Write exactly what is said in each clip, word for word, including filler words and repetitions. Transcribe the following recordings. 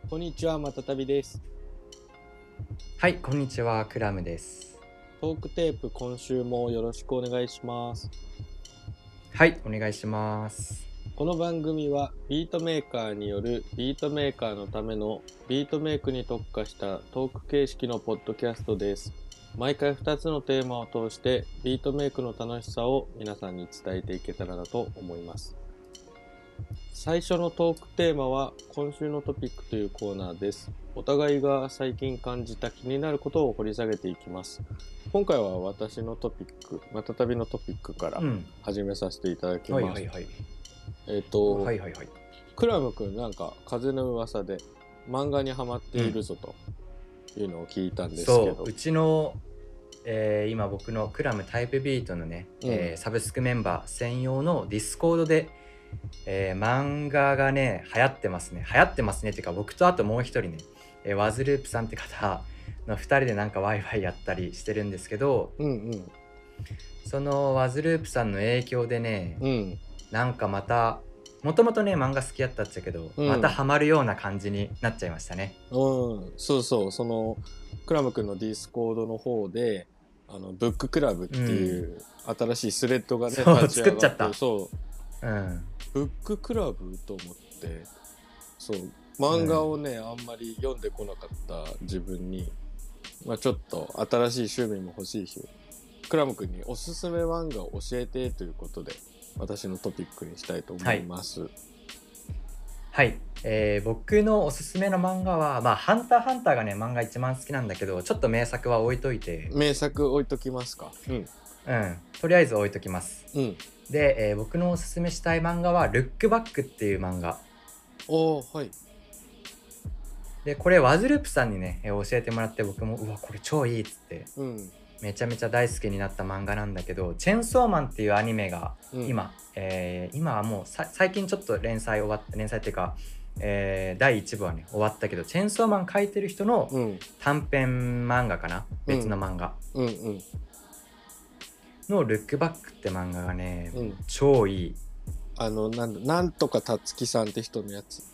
こんにちは、またたびです。 はい、こんにちは、クラムです。 トークテープ、今週もよろしくお願いします。 はい、お願いします。 この番組はビートメーカーによるビートメーカーのためのビートメイクに特化したトーク形式のポッドキャストです。毎回ふたつのテーマを通してビートメイクの楽しさを皆さんに伝えていけたらなと思います。最初のトークテーマは今週のトピックというコーナーです。お互いが最近感じた気になることを掘り下げていきます。今回は私のトピック、またたびのトピックからうん。 始めさせていただきます。 はいはいはい。 えっ、と、 はいはいはい。 クラムくんなんか風の噂で漫画にハマっているぞというのを聞いたんですけど。 そう、うちの、えー今僕のクラムタイプビートのね、 うんえーサブスクメンバー専用のディスコードで、えー漫画がね、流行ってますね。流行ってますねっていうか、僕とあともう一人ね、えーワズループさんって方のふたりでなんかワイワイやったりしてるんですけど、 うんうんそのワズループさんの影響でね、 うんなんかまたもともとね漫画好きやったっちゃけど、 うんまたハマるような感じになっちゃいましたね。 うん、そうそう、そのクラムくんのディスコードの方で、あのブッククラブっうていん、 う新しいスレッドがねそう立ち上がって、 作っちゃった。 そうん、 うブッククラブと思って、そう漫画をね、あんまり読んでこなかった自分に、まあちょっと新しい趣味も欲しいし、クラムくんにおすすめ漫画を教えてということで、私のトピックにしたいと思います。 はい、えー僕のおすすめの漫画はまあハンターハンターがね漫画一番好きなんだけど、ちょっと名作は置いといて、 名作置いときますか。うんうんとりあえず置いときます。 うんで、えー僕のおすすめしたい漫画はルックバックっていう漫画おー、はい。 で、これワズループさんにね、えー教えてもらって、僕もうわこれ超いいっつってうんめちゃめちゃ大好きになった漫画なんだけど、チェンソーマンっていうアニメがうん今、えー今はもうさ最近ちょっと連載終わった連載っていうか、えーだいいちぶはね終わったけど、チェンソーマン書いてる人のうん短編漫画かな、別の漫画うんうんのルックバックって漫画がね、 うん。 超いい。 あの、なんだ、なんとかたつきさんって人のやつ。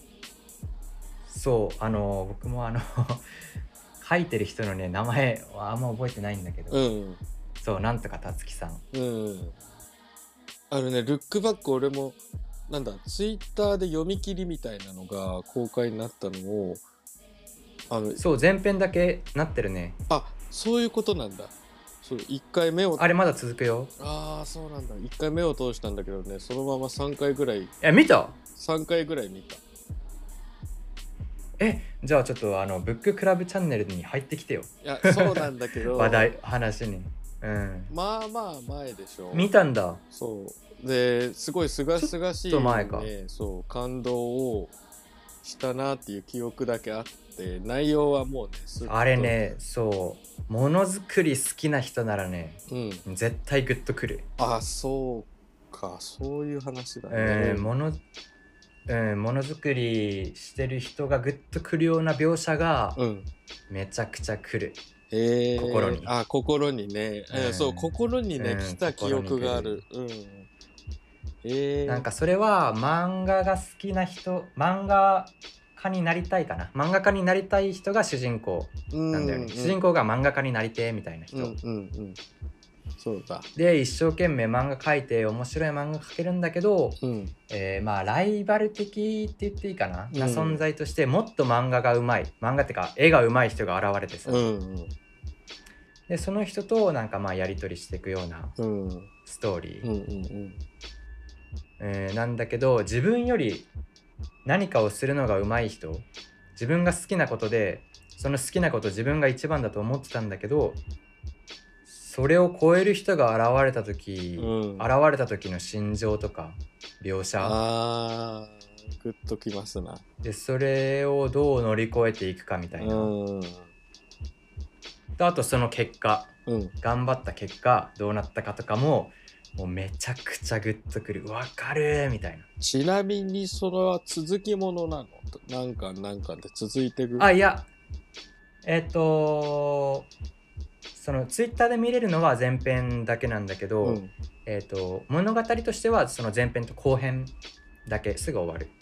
そう、あの僕もあの書いてる人のね名前はあんま覚えてないんだけど、 うんそう、なんとかたつきさん。 うんあのね、ルックバック俺もなんだツイッターで読み切りみたいなのが公開になったのを、あのそう、前編だけなってるね。 あそういうことなんだ。そう一回目をあれまだ続くよ。 ああそうなんだ。一回目を通したんだけどね、そのままさんかいぐらいえ、見た？ さんかいぐらい見た。 え、じゃあちょっとあのブッククラブチャンネルに入ってきてよ。 いやそうなんだけど話題話に。うん。 まあまあ前でしょ。 見たんだ。 そうですごいすがすがしい、ね、 ちょっと前か。 そう感動をしたなっていう記憶だけあって、内容はもうねすっとあれね、そうものづくり好きな人ならね、 うん、 絶対グッとくる。 あそうか、そういう話だね。 えー、ものうん、ものづくりしてる人がグッとくるような描写がうんめちゃくちゃくる。 えー、 心に。 あ心にね、 うん、 えー、そう心にね、 うん、 来た記憶がある。うんえー、 なんかそれは漫画が好きな人、漫画家になりたいかな、漫画家になりたい人が主人公なんだよね、 うん主人公が漫画家になりてえみたいな人、 うんうんうんそうだ。 で一生懸命漫画描いて面白い漫画描けるんだけど、 うんえー、まあライバル的って言っていいかな、 うんな存在としてもっと漫画がうまい、漫画ってか絵がうまい人が現れてさ、 うんでその人となんかまあやり取りしていくようなうんうんストーリー、 うんうんえーなんだけど、自分より何かをするのが上手い人、自分が好きなことでその好きなこと自分が一番だと思ってたんだけど、それを超える人が現れた時、 うん、 現れた時の心情とか描写あーグッときますな。 で、それをどう乗り越えていくかみたいな、 うんあとその結果、 うん頑張った結果どうなったかとかももうめちゃくちゃグッとくる、わかるみたいな。 ちなみにそれは続きものなの？なんかなんかで続いてる？ あ、いや、えっとそのツイッターで見れるのは前編だけなんだけど、 うんえっと物語としてはその前編と後編だけ、すぐ終わる。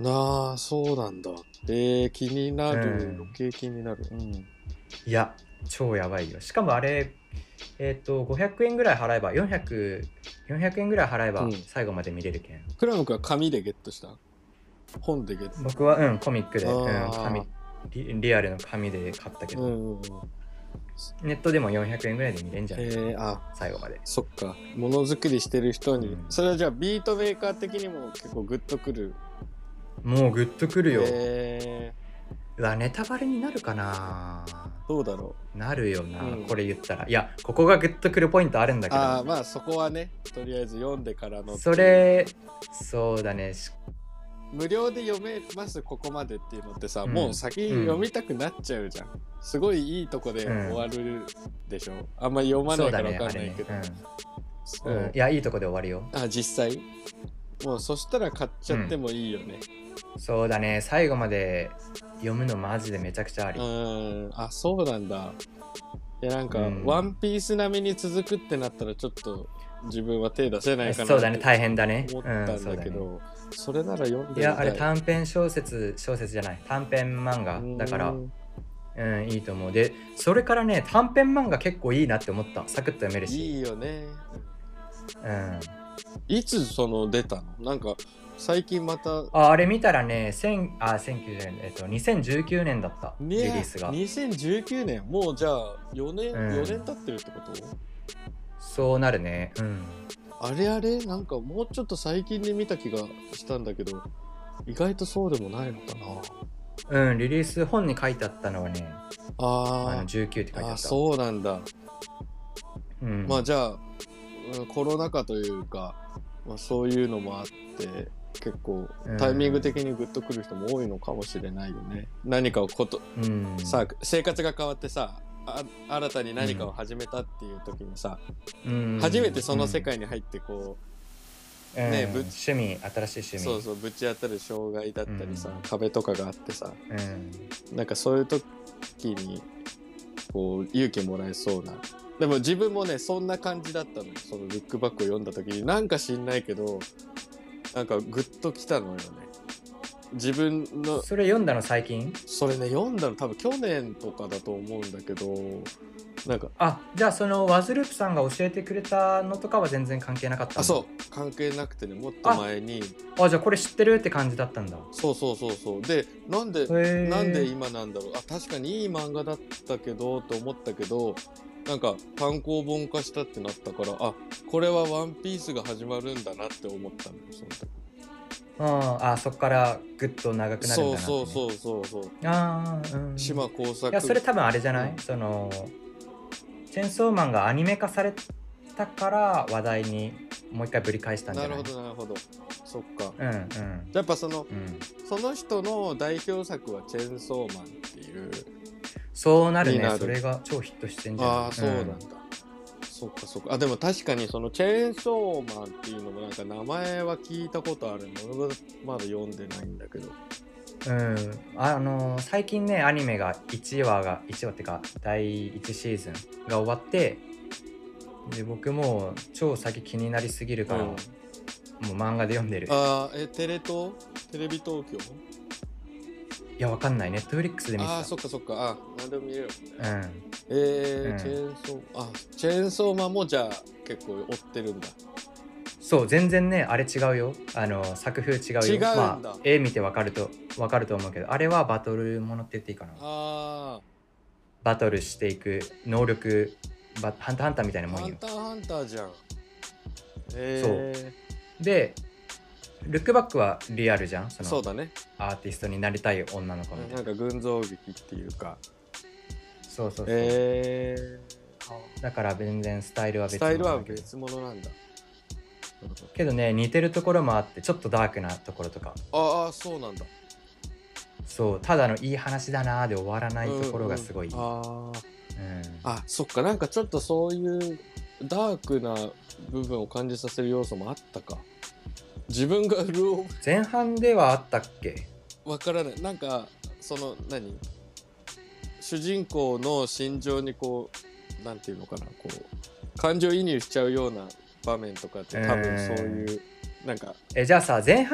なあ、そうなんだ。えー、気になる、 うん余計気になる。うん。 いや超やばいよ。しかもあれえっ、とごひゃくえんぐらい払えばよんひゃく、よんひゃくえんぐらい払えばうん最後まで見れるけん、 クラム君は紙でゲットした？本でゲット？ 僕はうんコミックで、 あうん、 ー紙 リ, リアルの紙で買ったけど、 うんうんうん。 ネットでもよんひゃくえんぐらいで見れんじゃない、 えー、あ、 最後まで。 そっか。ものづくりしてる人に、 うんそれはじゃあビートメーカー的にも結構グッとくる。 もうグッとくるよ、 えうわネタバレになるかな。 ー、どうだろなるよな、 うんこれ言ったら。いやここがグッとくるポイントあるんだう。 けど、 ああ、まあそこはね、とりあえず読んでからの。 それそうだねし無料で読めますここまでっていうのってさ、 うんもう先読みたくなっちゃうじゃん。すごいいいとこでうん終わるでしょ。あんまり読まないから分かんないけど。 そうだねあれねそううんうん、いやいいとこで終わるよ。 あ、実際もうそしたら買っちゃってもいいよね。 そうだね最後まで読むのマジでめちゃくちゃあり。 うーん、あ、そうなんだ。いやなんか、 うんワンピース並みに続くってなったらちょっと自分は手出せないかなそうだねって大変だね思ったんだけど、 うんそうだねそれなら読んでみたい。 いやあれ短編小説小説じゃない短編漫画だからうーんうんいいと思う。でそれからね短編漫画結構いいなって思った。サクッと読めるし。 いいよね。 うんいつその出たの？なんか最近またああれ見たらね1000あせんきゅうひゃくえっとにせんじゅうきゅうねんだったねリリースが。 にせんじゅうきゅうねん、もうじゃあよねん、 うんよねん経ってるってこと？ そうなるね。うんあれあれなんかもうちょっと最近で見た気がしたんだけど、意外とそうでもないのかな。 うんリリース本に書いてあったのはねああのじゅうきゅうって書いてああ、 った。 そうなんだ。 うん、 まあじゃあ、うんコロナ禍というか、まあ、そういうのもあって結構タイミング的にグッとくる人も多いのかもしれないよね。何かをこと、 うん、 さあ生活が変わってさあ新たに何かを始めたっていう時にさ、 うん初めてその世界に入ってこう、 うんねぶ趣味新しい趣味そうそうぶち当たる障害だったりさ、 うん壁とかがあってさ、 うんなんかそういう時にこう勇気もらえそうな。でも自分もねそんな感じだったのよ。そのルックバックを読んだ時になんか知んないけどなんかグッときたのよね。自分のそれ読んだの最近？ それね読んだの多分去年とかだと思うんだけど、なんかあじゃあそのワズループさんが教えてくれたのとかは全然関係なかったの？ あそう関係なくてね、もっと前にあじゃあこれ知ってるって感じだったんだ。 そうそうそうそうでなんでへーなんで今なんだろう、あ確かにいい漫画だったけどと思ったけど、なんか単行本化したってなったから、あこれはワンピースが始まるんだなって思ったのよその時。 うんあそっからグッと長くなるんだなって、ね、 そうそうそうそうそうああうん島耕作。 いやそれ多分あれじゃない、 うんそのチェンソーマンがアニメ化されたから話題にもう一回ぶり返したんじゃない？ なるほどなるほど、そっか。 うんうんやっぱそのうんその人の代表作はチェンソーマンっていう。 そうなるね。 になるそれが超ヒットしてんじゃん。 ああそうなんだ、そっかそっか。あでも確かにそのチェーンソーマンっていうのもなんか名前は聞いたことあるの。俺はまだ読んでないんだけど。 うん、うん、あのー最近ねアニメがいちわがいちわってかだいいちシーズンが終わってで僕もう超先気になりすぎるから、 うんもう漫画で読んでる。 ああえテレ東テレビ東京。 いやわかんないネットフリックスで見てた。 ああそっかそっか。あ何でも見れるもんね。 うんえーうんチェーンソーあチェーンソーマンもじゃあ結構追ってるんだ。 そう全然ねあれ違うよ。あの作風違うよ。 違うんだまあ、絵見てわかるとわかると思うけどあれはバトルものって言っていいかな。 あバトルしていく能力バハンターハンターみたいなあもんよ。 ハンターハンターじゃん。えでルックバックはリアルじゃん。そー、 のそうだね。 アーティストになりたい女の子みたいな。 なんか群像劇っていうか。 そうそうそう、 えだから全然スタイルはー、 別スタイルはなんだけど別物なんだ。 けどね似てるところもあってちょっとダークなところとか。 ああそうなんだ。 そうただのいい話だなーで終わらないところがすごい、うんうん、 あああそっか、なんかちょっとそういうダークな部分を感じさせる要素もあったか。自分が潤う前半ではあったっけ？ わからない。なんかその何主人公の心情にこうなんていうのかな、こう感情移入しちゃうような場面とかって多分そういうなんかえじゃあさ前半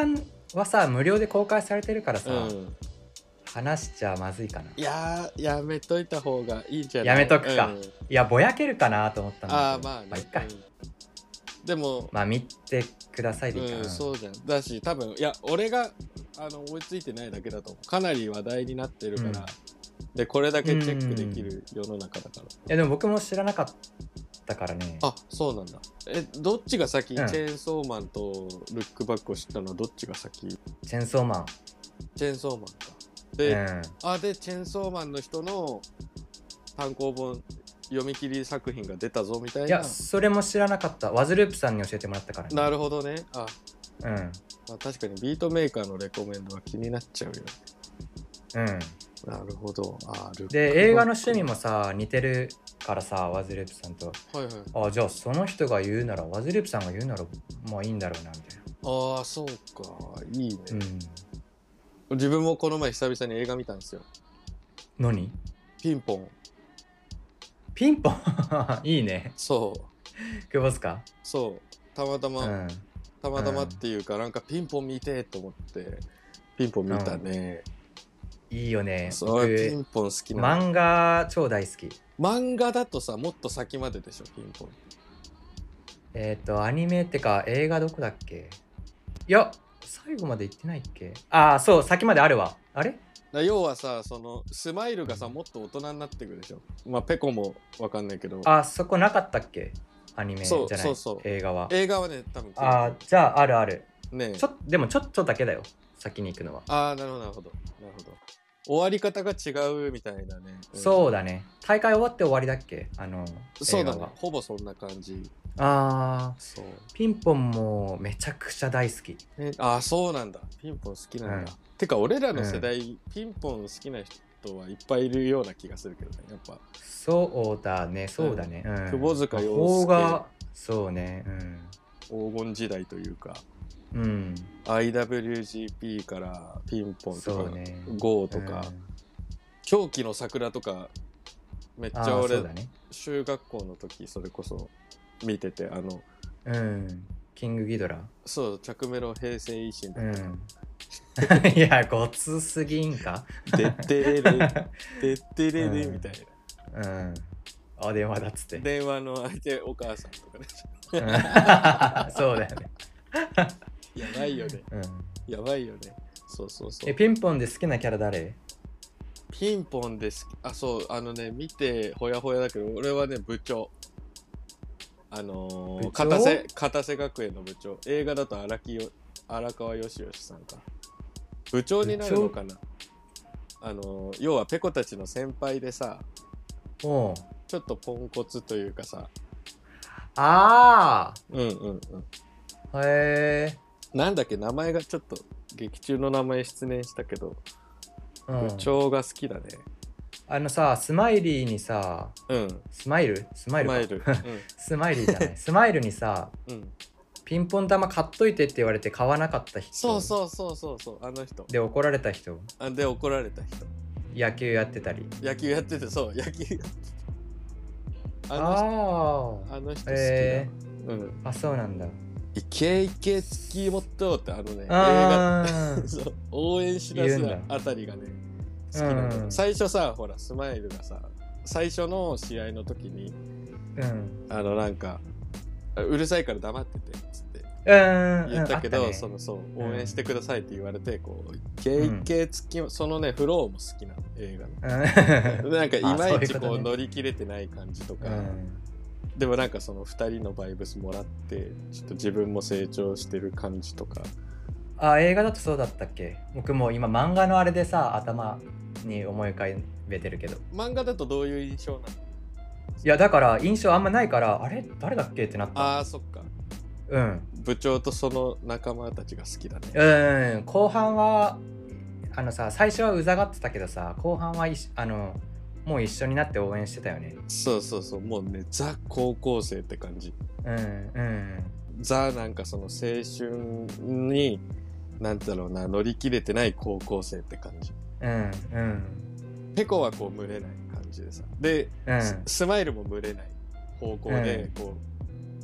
はさ無料で公開されてるからさ、 うん、 話しちゃまずいかな。 いやーやめといた方がいいんじゃない？ やめとくか、 うん、 いやぼやけるかなと思ったんだけど、 ああまあね、 まあいっか、 うん、でもまあ見てくださいでいいかな、 うん、そうじゃん。だし多分いや俺があの追いついてないだけだと思う。かなり話題になってるから、うん、でこれだけチェックできる世の中だから、うん、いやでも僕も知らなかったからね。 あ、そうなんだ。え、どっちが先、うん、チェーンソーマンとルックバックを知ったのはどっちが先？ チェーンソーマン。 チェーンソーマンか。で、 うん、 あでチェーンソーマンの人の単行本読み切り作品が出たぞみたいな。 いやそれも知らなかった。ワズループさんに教えてもらったからね。 なるほどね。あ、 うん、まあ、確かにビートメーカーのレコメンドは気になっちゃうよね。うん、なるほど。あるで映画の趣味もさ似てるからさ、ワズループさんと、 はいはい、 あじゃあその人が言うならワズループさんが言うならまあいいんだろうなみたいな。 ああそうか、いいね、うん、自分もこの前久々に映画見たんですよ。 何？ ピンポン。 ピンポンいいね。 そう久保すか？ そうたまたま、うん、たまたまっていうか、うん、なんかピンポン見てと思ってピンポン見たね、 うん、いいよね。 そうピンポン好きな漫画超大好き。 漫画だとさもっと先まででしょピンポン。 えっ、ー、とアニメってか映画どこだっけ？いや最後まで行ってないっけ？ああそう先まであるわ。あれ？ だ要はさそのスマイルがさもっと大人になってくるでしょ。まあペコもわかんないけど。 あそこなかったっけ？アニメじゃない。 そうそうそう映画は。 映画はね多分。 あじゃああるある。 ねちょでもちょっとだけだよ先に行くのは。 ああなるほどなるほどなるほど。終わり方が違うみたいなね、 うん、そうだね。大会終わって終わりだっけ？あのそうだねほぼそんな感じ。 ああそうピンポンもめちゃくちゃ大好き。 えああそうなんだ。ピンポン好きなんだ、うん、てか俺らの世代、うん、ピンポン好きな人はいっぱいいるような気がするけどねやっぱ。 そうだねそうだね、うん、 窪塚洋介がそうね、 うん、黄金時代というか、 うん、 アイダブリュージーピー からピンポンとか、ね、ゴー とか、うん、狂気の桜とかめっちゃ俺、ね、中学校の時それこそ見ててあの、 うん、キングギドラそう着メロ平成維新だった、 うん、いやごつすぎんかでってれれでってれれみたいな、うん、あ電話だっつって電話の相手お母さんとかねそうだよねやばいよね、うん、やばいよね。そうそうそう。 えピンポンで好きなキャラ誰？ ピンポンです。あそうあのね見てほやほやだけど俺はね部長あのー、片瀬片瀬学園の部長。映画だと荒木よ荒川よしよしさんか部長になるのかな。あのー、要はペコたちの先輩でさおちょっとポンコツというかさああうんうんうんへえなんだっけ名前がちょっと劇中の名前失念したけど、うん、部長が好きだね。 あのさスマイリーにさ、 うん、 スマイルスマイルスマイル、うん、 スマイリーじゃないスマイルにさ、うん、ピンポン玉買っといてって言われて買わなかった人。 そうそうそうそうそうあの人で怒られた人あで怒られた人野球やってたり野球やっててそう野球やっててあの人あの人好きだ、えーうん、 あそうなんだ。 イケイケ突き持っとうってあのね映画そう応援しだすあたりがね好きなんだ、うん、最初さほらスマイルがさ最初の試合の時に、うん、あのなんかうるさいから黙っててっつって言ったけど、うんね、そのそう応援してくださいって言われてこうイケイケ突き、うん、そのねフローも好きなの映画のなんかいまいちこう乗り切れてない感じとか、でもなんかそのふたりのバイブスもらってちょっと自分も成長してる感じとか。 あ映画だとそうだったっけ？僕も今漫画のあれでさ頭に思い浮かべてるけど。 漫画だとどういう印象なの？ いやだから印象あんまないからあれ誰だっけってなった。 あーそっか。 うん部長とその仲間たちが好きだね。 うん後半はあのさ最初はうざがってたけどさ後半はいあのもう一緒になって応援してたよね。 そうそうそうもうねザ高校生って感じ。 うんうんザなんかその青春になんだろうな乗り切れてない高校生って感じ。 うんうんペコはこう群れない感じでさで、うん、ス, スマイルも群れない方向でこう、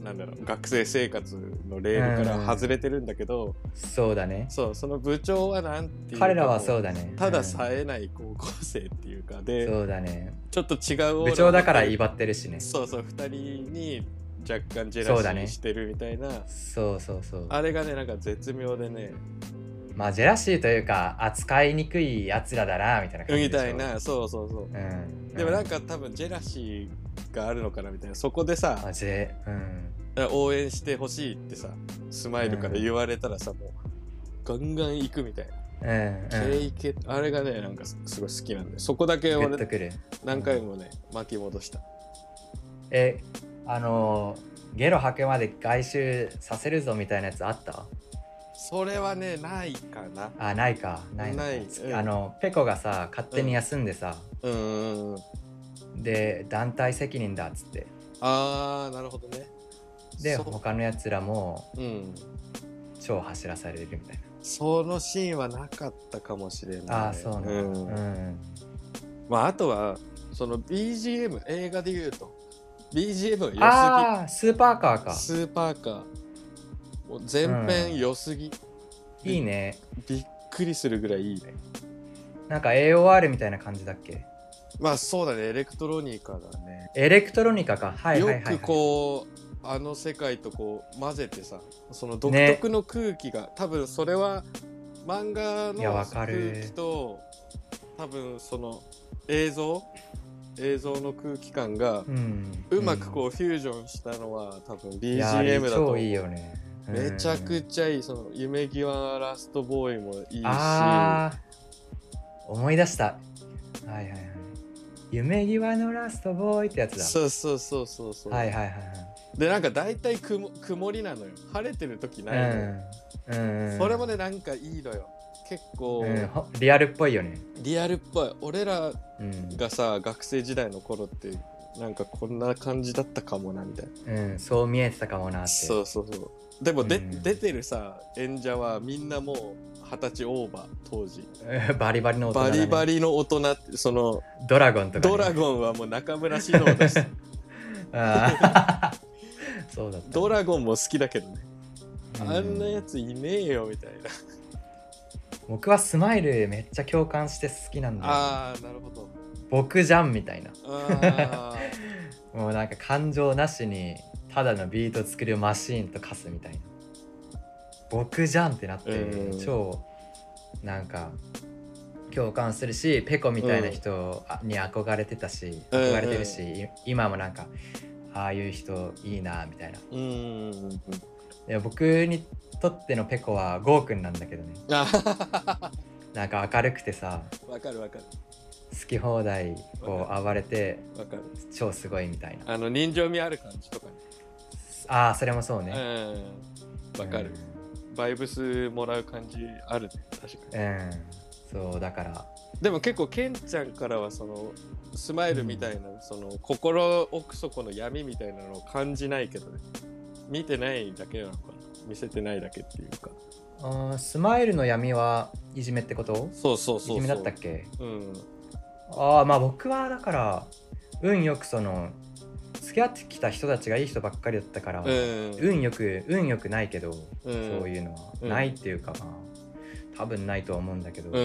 なんだろう学生生活のレールから外れてるんだけど、 うん、そうだね。 そうその部長はなんていうか彼らはそうだね。 ただ冴えない高校生っていうかで、 そうだね。 ちょっと違うオーラ部長だから威張ってるしね。 そうそうふたりに若干ジェラシーしてるみたいな、 そうそうそう。 あれがねなんか絶妙でね。 まあジェラシーというか扱いにくいやつらだなみたいな感じでしょ。 みたいな、そうそうそう、 うん、 でもなんか多分ジェラシーがあるのかなみたいな、そこでさマジで、 うん、応援してほしいってさスマイルから言われたらさ、うん、もうガンガン行くみたいな、うんうん、ケイケあれがねなんかすごい好きなんで、そこだけ俺何回もね、うん、巻き戻した。 えあのゲロ吐くまで外周させるぞみたいなやつあった？ それはねないかな。 あないかないない、 うん、あのペコがさ勝手に休んでさ、 うん、うんうんで団体責任だっつって、 あーなるほどね。 で他のやつらも、 うん、 超走らされるみたいな。 そのシーンはなかったかもしれない。 ああそうなんだ、うんうん、 まああとはその ビージーエム 映画で言うと ビージーエム は良すぎ。 ああスーパーカーか。 スーパーカーもう全編良すぎ、 うん、いいね。 びっくりするぐらいいいね。 なんか エーオーアール みたいな感じだっけ？ まあそうだね、エレクトロニカだね。 エレクトロニカか、はいはいはい、はい、 よくこうあの世界とこう混ぜてさ、その独特の空気が、ね、多分それは漫画の空気と多分その映像映像の空気感がうまくこうフュージョンしたのは多分 ビージーエム だと思う。 いいよね、 うん、めちゃくちゃいい。その夢際ラストボーイもいいし、 あ思い出した。はいはいはい、夢際のラストボーイってやつだ。 そうそうそうそうそう。 はいはいはいはい。 でなんか大体曇曇りなのよ。晴れてる時ないのよ、うんうん、それもねなんかいいのよ結構、うん、 リアルっぽいよね。 リアルっぽい。俺らがさ、うん、学生時代の頃ってなんかこんな感じだったかもなみたいな、うん、そう見えてたかもなって。 そうそうそう。でもで、うん、出てるさ演者はみんなもう二十歳オーバー当時バリバリの大人、ね、 バリバリの大人って、そのドラゴンとか、ね、 ドラゴンはもう中村獅童だしあそうだった、ね、 ドラゴンも好きだけどね、うん、あんなやついねえよみたいな。 僕はスマイルめっちゃ共感して好きなんだよ、ね、 ああなるほど。 僕じゃんみたいな。 あもうなんか感情なしにただのビート作るマシーンと化すみたいな。僕じゃんってなって、うん、超なんか共感するし、ペコみたいな人に憧れてたし、うん、憧れてるし、うん、今もなんかああいう人いいなみたいな、 うんうんうん、 で僕にとってのペコはゴーくんなんだけどねなんか明るくてさ、 わかるわかる、 好き放題こう暴れてわかる、 超すごいみたいな、 あの人情味ある感じとかね。 ああそれもそうね、 わ、うん、かる、うん、バイブスもらう感じあるね、確かに、 うん、そうだから。 でも結構ケンちゃんからはそのスマイルみたいな、うん、その心奥底の闇みたいなのを感じないけどね。見てないだけなのかな、見せてないだけっていうか。 あ、スマイルの闇はいじめってこと？ そうそうそうそう、 いじめだったっけ？ うん。 ああまあ僕はだから運よくその付き合ってきた人たちがいい人ばっかりだったから、うん、運よく運よくないけど、うん、そういうのは、うん、ないっていうかまあ多分ないとは思うんだけど、うん、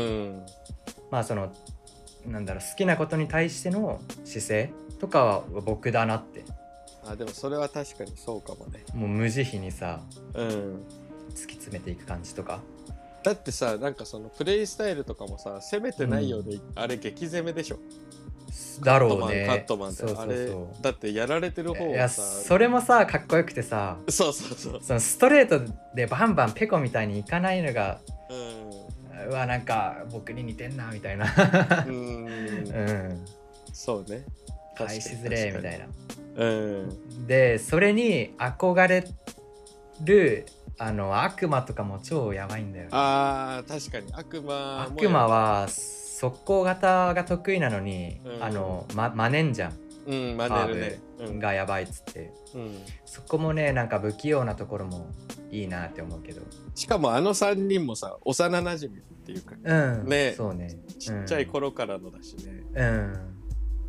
まあそのなんだろう、好きなことに対しての姿勢とかは僕だなって。 あ、でもそれは確かにそうかもね。 もう無慈悲にさ、 うん、 突き詰めていく感じとか。 だってさ、なんかそのプレイスタイルとかもさ、攻めてないようで、うん、あれ激攻めでしょ。 だろうね。 カットマン、カットマンって、そうそうそう、あれだってやられてる方はさ、 それもさかっこよくてさ、 そうそうそう、 そのストレートでバンバンペコみたいにいかないのが、 うん、 うわなんか僕に似てんなみたいなうん、うん、 そうね、 返しづれみたいな、 うん、 でそれに憧れるあの悪魔とかも超やばいんだよ、ね、 あー確かに悪魔も悪魔は速攻型が得意なのに、うん、あのま真似んじゃん、 うん、真似るね、 うん、がやばいっつって、 うん、 そこもねなんか不器用なところもいいなって思うけど、 しかもあのさんにんもさ幼なじみっていうか、 うん、 ね、 そうね、 ちっちゃい頃からのだしね、 うん、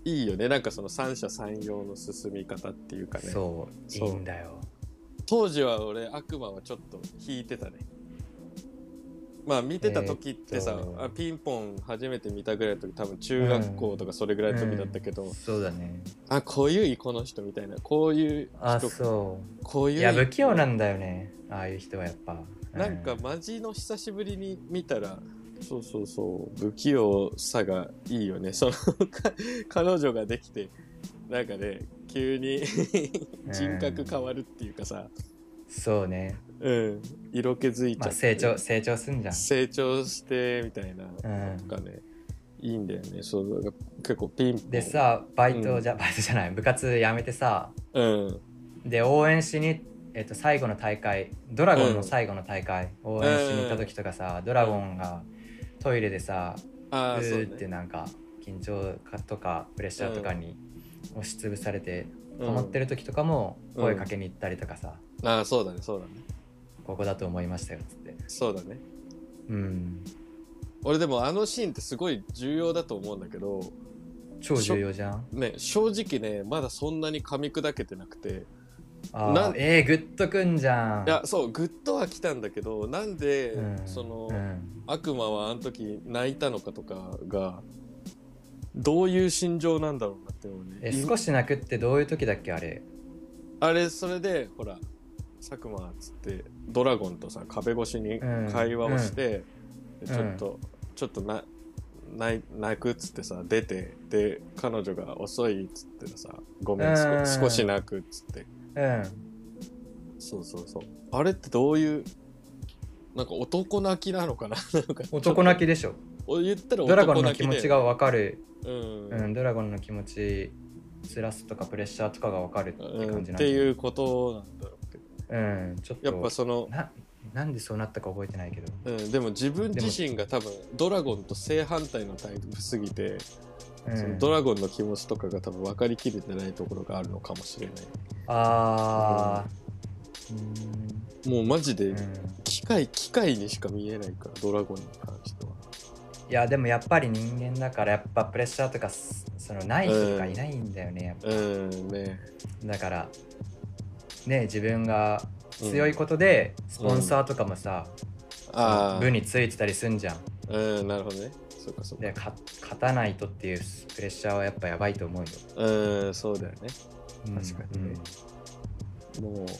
いいよね。なんかその三者三様の進み方っていうかね。 そうそういいんだよ。 当時は俺悪魔はちょっと引いてたね。まあ見てた時ってさ、 えーっとあピンポン初めて見たぐらいの時多分中学校とかそれぐらいの時だったけど、 うん、そうだね。 あこういういこの人みたいな、こういうあ人そうこういういや不器用なんだよね、ああいう人はやっぱ、うなんかマジの久しぶりに見たら、そうそうそう不器用さがいいよね。その彼女ができてなんかね急に人格変わるっていうかさ、 そうね、 うん色気づいちゃって、 まあ、成長成長すんじゃん。 成長してみたいなうんとかね、いいんだよね。そうだから結構ピンポンでさバイトじゃ、 うん、 バイトじゃない部活辞めてさ、 うんで応援しに、えっと、最後の大会ドラゴンの最後の大会、うん、応援しに行った時とかさ、うん、ドラゴンがトイレでさ、うん、うーってなんか緊張とかプレッシャーとかに押しつぶされて止まってる時とかも声かけに行ったりとかさ、 うん、ああそうだねそうだね、 ここだと思いましたよっつって。 そうだね。 うん俺でもあのシーンってすごい重要だと思うんだけど、 超重要じゃんね。正直ねまだそんなに噛み砕けてなくて、 あなえー、グッとくんじゃん。 いやそうグッとは来たんだけど、なんで、うん、その、うん、悪魔はあの時泣いたのかとかがどういう心情なんだろうなって思うね。 え少し泣くってどういう時だっけあれ。 あれそれでほら佐久間っつってドラゴンとさ壁越しに会話をして、うん、ちょっと、うん、ちょっとな泣くっつってさ出て、で彼女が遅いっつってさごめん、うん、少し泣くっつって、うん、そうそうそう、あれってどういうなんか男泣きなのかななんか男泣きでしょ。 言ったら男泣きでドラゴンの気持ちが分かる、 うんうん、ドラゴンの気持ち辛さとかプレッシャーとかが分かるって感じなん、うん、 っていうことなんだろうけど、 うん、ちょっとやっぱそのななんでそうなったか覚えてないけど、 うん、でも自分自身が多分ドラゴンと正反対のタイプすぎて、うん、そのドラゴンの気持ちとかが多分分かりきれてないところがあるのかもしれない。 あー、うん、もうマジで機械、機械にしか見えないからドラゴンに関しては。 いやでもやっぱり人間だからやっぱプレッシャーとかそのない人とかいないんだよね、やっぱ、 うんね、 だからね自分が強いことでスポンサーとかもさ、うん、あ部についてたりすんじゃん。 うん、なるほどね。そうかそうか。 でか勝たないとっていうプレッシャーはやっぱやばいと思うよ。 うん、そうだよね。確かにね。うん、もう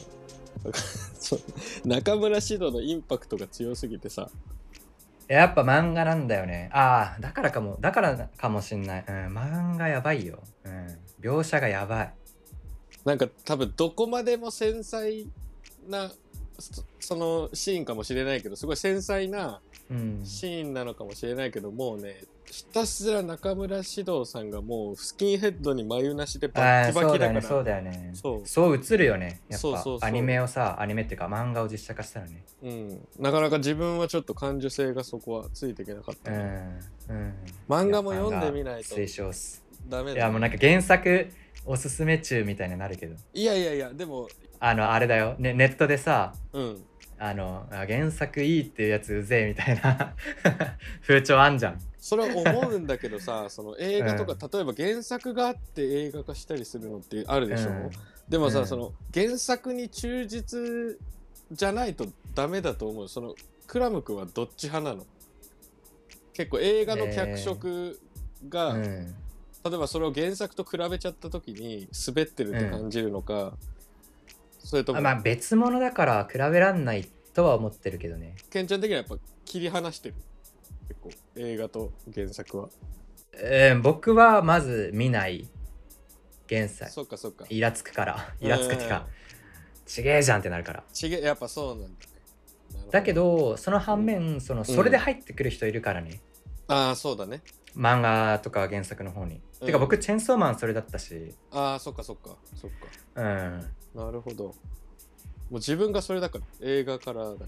中村獅童のインパクトが強すぎてさ。 やっぱ漫画なんだよね。ああだからかもだからかもしんない。うん、漫画やばいよ。うん、描写がやばい。 なんか多分どこまでも繊細なそのシーンかもしれないけど、すごい繊細なシーンなのかもしれないけど、うん、もうねひたすら中村獅童さんがもうスキンヘッドに眉なしでバッキバキだから。 そうだよねそうだよね。そうそう映るよねやっぱ。そうそうそう、アニメをさアニメっていうか漫画を実写化したらね、 うん、なかなか自分はちょっと感受性がそこはついていけなかった、ね、うんうん、漫画も読んでみないと推奨っす。 ダメだ、ね、 いやもうなんか原作おすすめ中みたいになるけど、 いやいやいやでもあのあれだよ、ね、ネットでさ、 うん、 あの原作いいっていうやつうぜえみたいな風潮あんじゃん。 それは思うんだけどさその映画とか、うん、例えば原作があって映画化したりするのってあるでしょ、うん、でもさ、うん、その原作に忠実じゃないとダメだと思う。そのクラム君はどっち派なの？結構映画の脚色が、えーうん、例えばそれを原作と比べちゃった時に滑ってるって感じるのか、うん、それともあ、まあ別物だから比べらんないとは思ってるけどね。 ケンちゃん的にはやっぱ切り離してる結構映画と原作は。 えー、僕はまず見ない原作。 そっかそっか。 イラつくからイラつくってか、ちげえじゃんってなるから。 ちげえやっぱそうなんだね。 だけどその反面、うん、そのそれで入ってくる人いるからね、 うん、ああそうだね漫画とか原作の方に、うん、てか僕チェンソーマンそれだったし。 ああそっかそっかそっか、 うん、 なるほど。もう自分がそれだから映画からだから。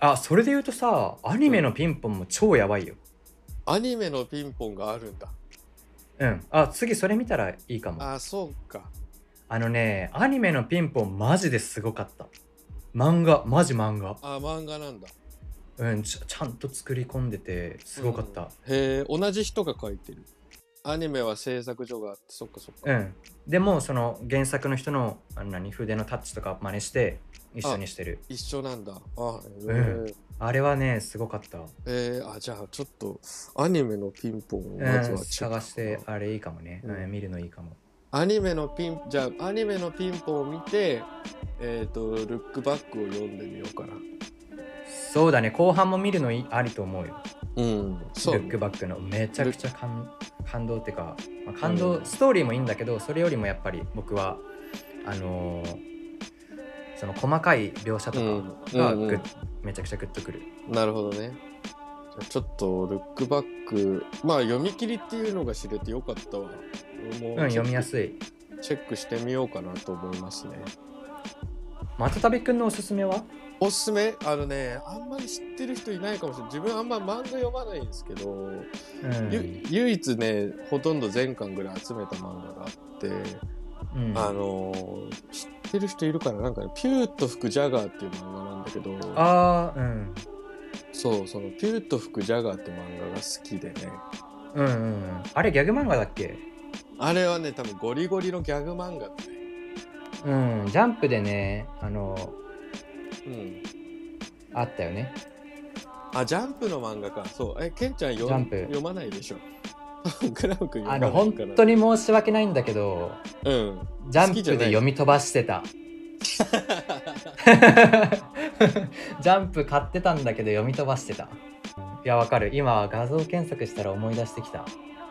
あそれで言うとさアニメのピンポンも超やばいよ、 うん、アニメのピンポンがあるんだ。 うんあ次それ見たらいいかも。 あそうか。 あのねアニメのピンポンマジですごかった。漫画マジ漫画。 あ漫画なんだ。 うん ち, ちゃんと作り込んでてすごかった、うん、 へえ同じ人が描いてる。 アニメは制作所があって、そっかそっか。 うん。でもその原作の人のあの何筆のタッチとか真似して一緒にしてる。 一緒なんだ。あ、えうーんあれはねすごかった。 えー、あ、じゃあちょっとアニメのピンポンをうん、 まずはチェック探してあれいいかもね、 うんうん見るのいいかも。 アニメのピンじゃあアニメのピンポンを見て、えっ、とルックバックを読んでみようかな。 そうだね、後半も見るのいいありと思うよ。 うん、そうルックバックのめちゃくちゃ感感動っていうか、まあ、感動、 うんストーリーもいいんだけど、それよりもやっぱり僕はあのーその細かい描写とかがグッ、 うんうんうんめちゃくちゃグッとくる。 なるほどね。じゃあちょっとルックバック、まあ読み切りっていうのが知れてよかったわ。俺もうん、読みやすい。 チェックしてみようかなと思いますね。 松旅くんのおすすめは？ おすすめあのね、あんまり知ってる人いないかもしれない。自分あんま漫画読まないんですけど、 うんゆ唯一ね、ほとんど全巻ぐらい集めた漫画があって、 うん、 あのー、知ってる人いるかな、なんかね、ピューと吹くジャガーっていう漫画なんだけど、 あーうんそう、そのピューと吹くジャガーって漫画が好きでね、 うんうんうんあれギャグ漫画だっけ？ あれはね、多分ゴリゴリのギャグ漫画だね。 うん、ジャンプでね、あのうん。 あったよね。 あ、ジャンプの漫画か。そう。え、ケンちゃん読ジャンプ読まないでしょ。クラム君読まないあのから。 本当に申し訳ないんだけど、 うん。 ジャンプ好きじゃないで読み飛ばしてた。ジャンプ買ってたんだけど読み飛ばしてた。いやわかる。今画像検索したら思い出してきた。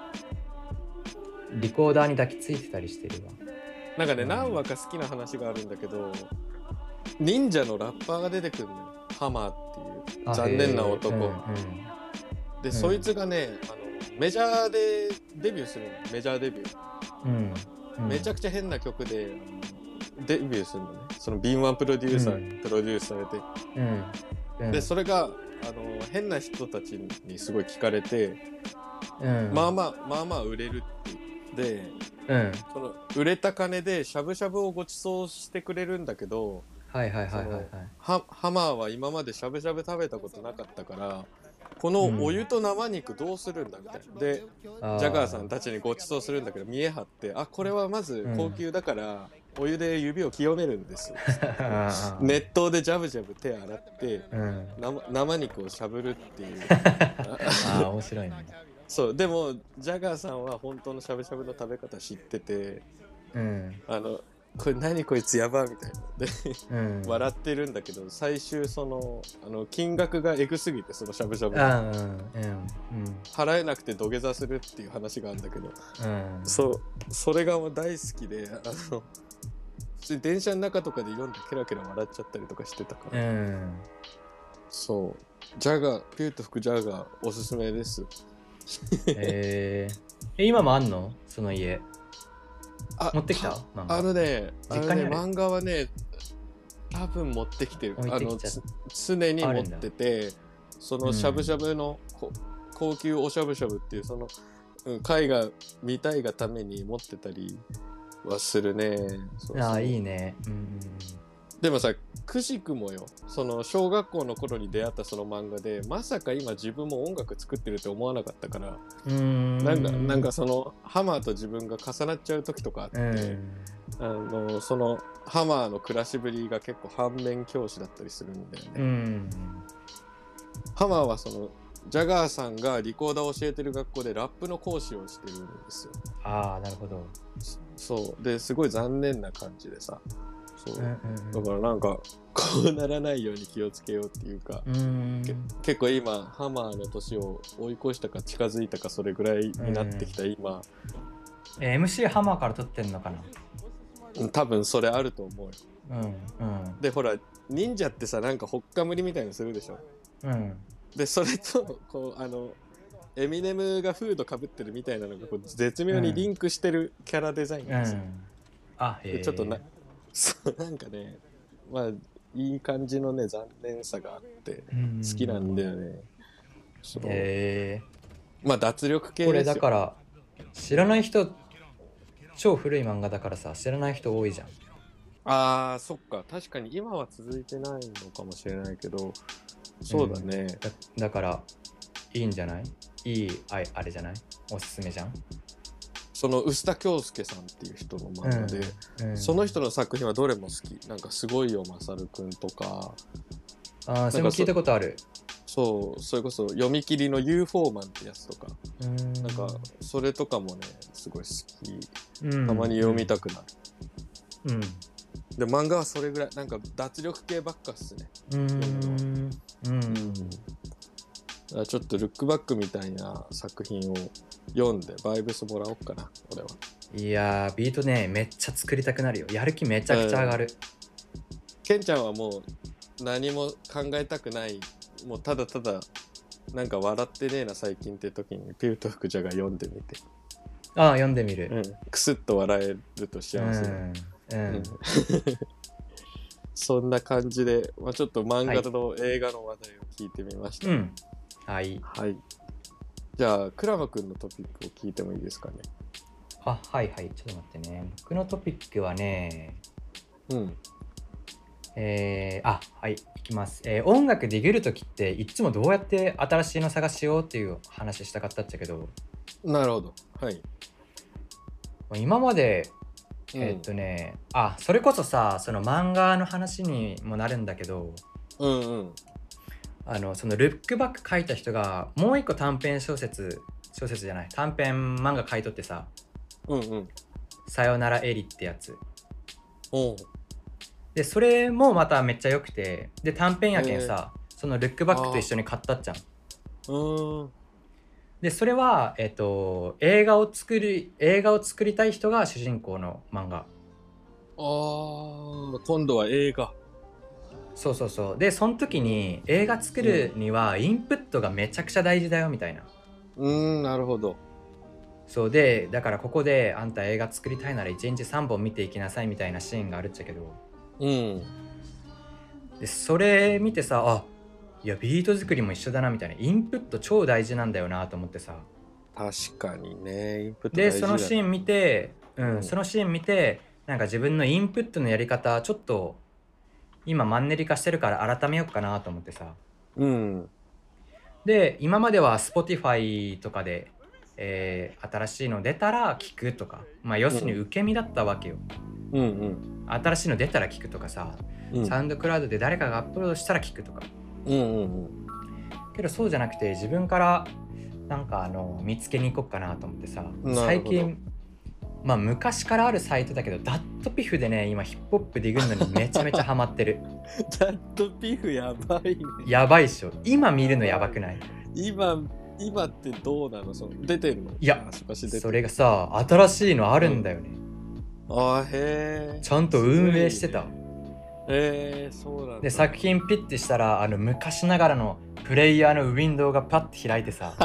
リコーダーに抱きついてたりしてるわ。 なんかね、 うん何話か好きな話があるんだけど、忍者のラッパーが出てくるのよ。ハマーっていう残念な男。 へーうんうんで、 うんそいつがね、あのメジャーでデビューするの。メジャーデビュー。 うんうん、 めちゃくちゃ変な曲であのデビューするのね。その敏腕プロデューサーにプロデュースされて。 うんうん、 で、それがあの変な人たちにすごい聞かれて、 うん、 まあまあ、まあまあ売れるって言って、 うん、 その売れた金でしゃぶしゃぶをご馳走してくれるんだけど、 はいはいはいはいはい。 ハハマーは今までしゃぶしゃぶ食べたことなかったから、このお湯と生肉どうするんだみたいな。で、ジャガーさんたちにご馳走するんだけど、見え張って、あ、これはまず高級だから、お湯で指を清めるんです。熱湯でジャブジャブ手洗って、うん、生, 生肉をしゃぶるっていう。 ああ、面白いね。 そう、でも、ジャガーさんは本当のしゃぶしゃぶの食べ方知ってて、うん、あの、これ何こいつやばみたいなで、うん、笑ってるんだけど、最終そのあの金額がエグすぎて、そのしゃぶしゃぶ、うんうん、払えなくて土下座するっていう話があるんだけど、うん、そうそれがもう大好きで、あの普通に電車の中とかで読んでケラケラ笑っちゃったりとかしてたから、うん、そうジャガーピューと吹くジャガーおすすめです。 えー、今もあんのその家？あ持ってきた？ あのね、あのね漫画はね多分持ってきてる。あの常に持ってて、そのしゃぶしゃぶの、うん、高級おしゃぶしゃぶっていうその、うん、絵画見たいがために持ってたりはするね。 そうそうああいいね、うん、 でもさくしくもよ、その小学校の頃に出会ったその漫画でまさか今自分も音楽作ってるって思わなかったから、うーんなんかなんかそのハマーと自分が重なっちゃう時とかあって、あのそのハマーの暮らしぶりが結構反面教師だったりするんだよね。うんハマーはそのジャガーさんがリコーダーを教えてる学校でラップの講師をしてるんですよ。 ああなるほど。 そうですごい残念な感じでさ、そう、うんうんうん、だからなんかこうならないように気をつけようっていうか、うん結構今ハマーの年を追い越したか近づいたかそれぐらいになってきた今、 うん、エムシー ハマーから撮ってんのかな。 多分それあると思うよ、うんうん、でほら忍者ってさなんかほっかむりみたいのするでしょ、うん、でそれとこうあのエミネムがフードかぶってるみたいなのがこう絶妙にリンクしてるキャラデザインなんですよ、うんうん、あへえちょっとなそうなんかねまあいい感じのね残念さがあって好きなんだよね。そうへえまあ脱力系ですよ。 これだから知らない人超古い漫画だからさ知らない人多いじゃん。 あーそっか確かに今は続いてないのかもしれないけどそうだね、うん、だ, だからいいんじゃないいいああれじゃないおすすめじゃん。 その臼田恭介さんっていう人の漫画で、うんうん、その人の作品はどれも好き。なんかすごいよマサルくんとか、 ああそれも聞いたことある。 そう、それこそ読み切りの ユーフォー マンってやつとか、うんなんかそれとかもねすごい好き、うん、たまに読みたくなる、うん、で漫画はそれぐらいなんか脱力系ばっかっすね。うん、うん、ちょっとルックバックみたいな作品を読んでバイブスもらおうかな俺は。 いやービートねめっちゃ作りたくなるよ。やる気めちゃくちゃ上がる、 うん、ケンちゃんはもう何も考えたくない、もうただただなんか笑ってねえな最近って時にピューと福ジャガ読んでみて。 ああ読んでみる、 うん、クスッと笑えると幸せだ、うんうん、そんな感じで、まあ、ちょっと漫画と映画の話題を聞いてみました、はい、うん、 はい、 はい、じゃあクラマくんのトピックを聞いてもいいですかね。 あはいはいちょっと待ってね。僕のトピックはねうんえー、あはいいきます、えー、音楽できるときっていつもどうやって新しいの探しようっていう話したかったっちゃけど。 なるほどはい今までえー、っとね、うん、あそれこそさその漫画の話にもなるんだけど、うんうん、あのそのルックバック書いた人がもう一個短編小説小説じゃない短編漫画書いとってさ、うんうん、さよならエリってやつ。おでそれもまためっちゃ良くて、で短編やけんさ、えー、そのルックバックと一緒に買ったっちゃん。うんでそれは、えーと、映画を作り映画を作りたい人が主人公の漫画。 あ今度は映画。 そうそうそう。でその時に映画作るにはインプットがめちゃくちゃ大事だよみたいな。 うーんなるほど。 そうでだからここであんた映画作りたいならいちにちさんぼん見ていきなさいみたいなシーンがあるっちゃけど、うん、でそれ見てさあいやビート作りも一緒だなみたいな。インプット超大事なんだよなと思ってさ。 確かにねインプット大事だ。でそのシーン見て、うん、うん、そのシーン見てなんか自分のインプットのやり方ちょっと今マンネリ化してるから改めようかなと思ってさ。うん。で今までは Spotify とかで、えー、新しいの出たら聞くとか、まあ要するに受け身だったわけよ。うんうん。新しいの出たら聞くとかさ、うん、サウンドクラウドで誰かがアップロードしたら聞くとか。うんうんうん。けどそうじゃなくて自分からなんかあの見つけに行こうかなと思ってさ。最近まあ昔からあるサイトだけどダットピフでね今ヒップホップディグるのにめちゃめちゃハマってる。 ダットピフやばいね。 やばいっしょ。今見るのやばくない？ 今今ってどうなの？その出てるの？ いやそれがさ新しいのあるんだよね、 うん、あーへーちゃんと運営してた、ね、 えー、そうなんだ。 で作品ピッてしたらあの昔ながらのプレイヤーのウィンドウがパッて開いてさ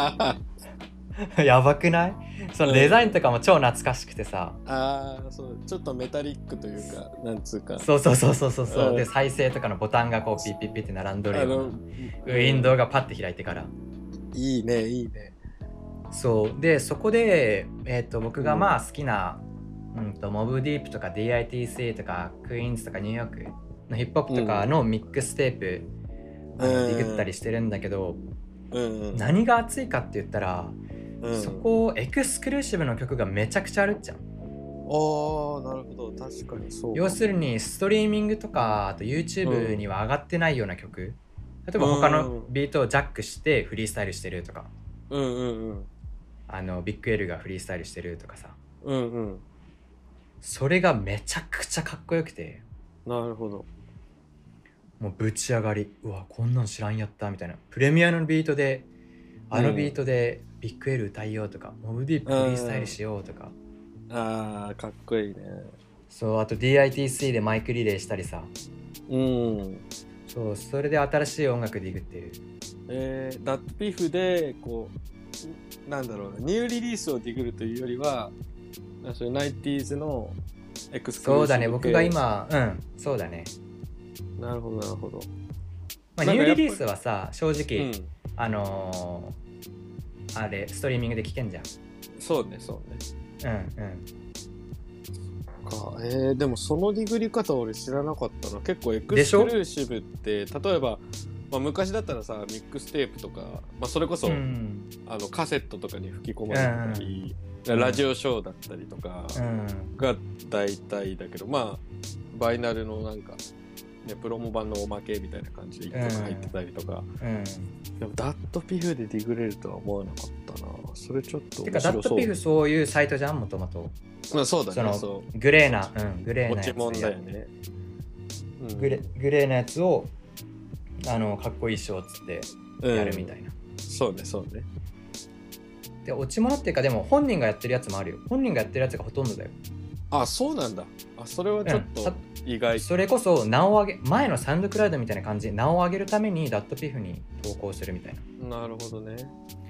やばくない？そのデザインとかも超懐かしくてさ、 うん、ああそうちょっとメタリックというかなんつうかそうそうそうそうそうそう、うん、で再生とかのボタンがこうピッピッピッって並んどるようなウィンドウがパッて開いてから、 いいねいいね。 そうでそこで、えー、と僕がまあ好きな、うん、とモブディープとか ディーアイティーシー とかクイーンズとかニューヨークのヒップホップとかのミックステープ、うん、あのディグったりしてるんだけど、うんうん、何が熱いかって言ったら、うん、そこエクスクルーシブの曲がめちゃくちゃあるっちゃん。 あーなるほど確かにそう。 要するにストリーミングとかあと YouTube には上がってないような曲、うん、例えば他のビートをジャックしてフリースタイルしてるとか、うんうんうん、あのビッグ L がフリースタイルしてるとかさ、うんうん、それがめちゃくちゃかっこよくて。 なるほど。 もうぶち上がり、うわこんなん知らんやったみたいな。プレミアのビートであのビートでビッグ L 歌いようとか、モブディープフリースタイルしようとか、 あーかっこいいね。 そうあと ディーアイティーシー でマイクリレーしたりさ、うんそうそれで新しい音楽でいくっていう。 えー、ダットピフでこうなんだろうなニューリリースをディグるというよりはそれナインティーズのエクスクルーシブ。 そうだね僕が今うんそうだね。 なるほどなるほど。 まあ、ニューリリースはさ正直、うん、あのー、あれストリーミングで聴けんじゃん。 そうねそうねうんうんかえー、でもそのディグり方俺知らなかったな。結構エクスクルーシブって例えば、まあ、昔だったらさミックステープとか、まあ、それこそ、うん、あのカセットとかに吹き込まれてたり、 ラジオショーだったりとかが大体だけど、うん、まあバイナルのなんか、ね、プロモ版のおまけみたいな感じでいっこ入ってたりとか、うんうん、でもダットピフでディグれるとは思わなかったな。それちょっと面白そう。てかダットピフそういうサイトじゃんもともと。まあそうだね。そのそうグレーな、うん、グレーなやつ。持ち物だよね。うん、グレグレーなやつをあのかっこいいショーっつってやるみたいな、うん、そうねそうね。で落ち物っていうかでも本人がやってるやつもあるよ。本人がやってるやつがほとんどだよ。あ、そうなんだ。あ、それはちょっと意外、うん、それこそ名を上げ前のサウンドクラウドみたいな感じで名を上げるためにダットピフに投稿するみたいな。なるほどね。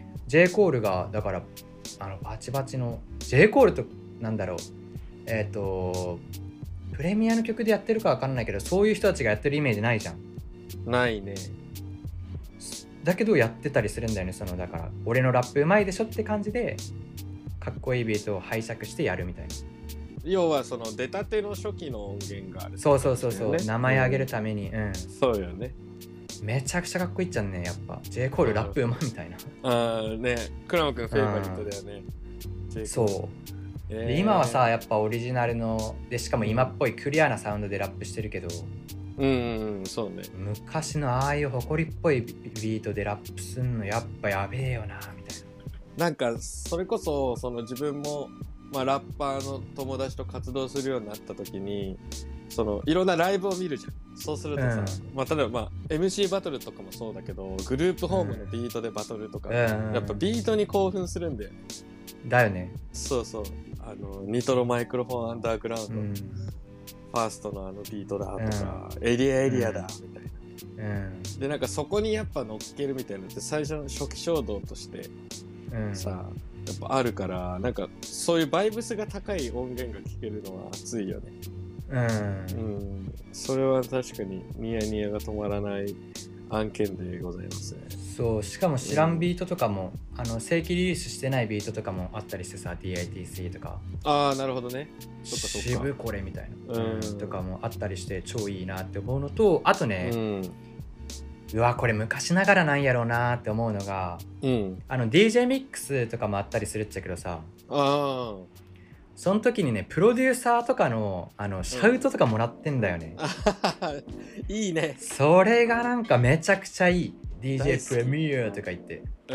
J コールがだからあのバチバチの J コールとなんだろうえっ、ー、とプレミアの曲でやってるか分かんないけどそういう人たちがやってるイメージないじゃん。ないね。だけどやってたりするんだよね。そのだから俺のラップうまいでしょって感じでかっこいいビートを拝借してやるみたいな。要はその出たての初期の音源がある、ね、そうそうそうそう名前上げるために、うん、うん、そうよね。めちゃくちゃかっこいいっちゃんね。やっぱ J コールラップうまみたいな。ああね、クラマ君フェイバリットだよね。そう、えー、で今はさやっぱオリジナルのでしかも今っぽいクリアなサウンドでラップしてるけど、うんうんそうね。昔のああいう誇りっぽいビートでラップすんのやっぱやべえよなみたいな。なんかそれこそその自分もまあラッパーの友達と活動するようになった時にそのいろんなライブを見るじゃん。そうするとさ、うん、まあ例えばまあ エムシー バトルとかもそうだけどグループホームのビートでバトルとか、うん、やっぱビートに興奮するんだよね。だよね。そうそうあのニトロマイクロフォンアンダーグラウンド、うんファーストのあのビートだとか、うん、エリアエリアだみたいな、うん、でなんかそこにやっぱ乗っけるみたいなのって最初の初期衝動として、うん、さやっぱあるからなんかそういうバイブスが高い音源が聴けるのは熱いよね。うん、うん、それは確かにニヤニヤが止まらない案件でございますね。そうしかも知らんビートとかも、うん、あの正規リリースしてないビートとかもあったりしてさ ディーアイティーシー とかああなるほどね。そっかそっか渋これみたいな、うん、とかもあったりして超いいなって思うのとあとね、うん、うわこれ昔ながらなんやろうなって思うのが、うん、あの ディージェー ミックスとかもあったりするっちゃけどさあその時にねプロデューサーとかのあのシャウトとかもらってんだよね、うん、いいね。それがなんかめちゃくちゃいい。 ディージェー プレミアとか言って、うん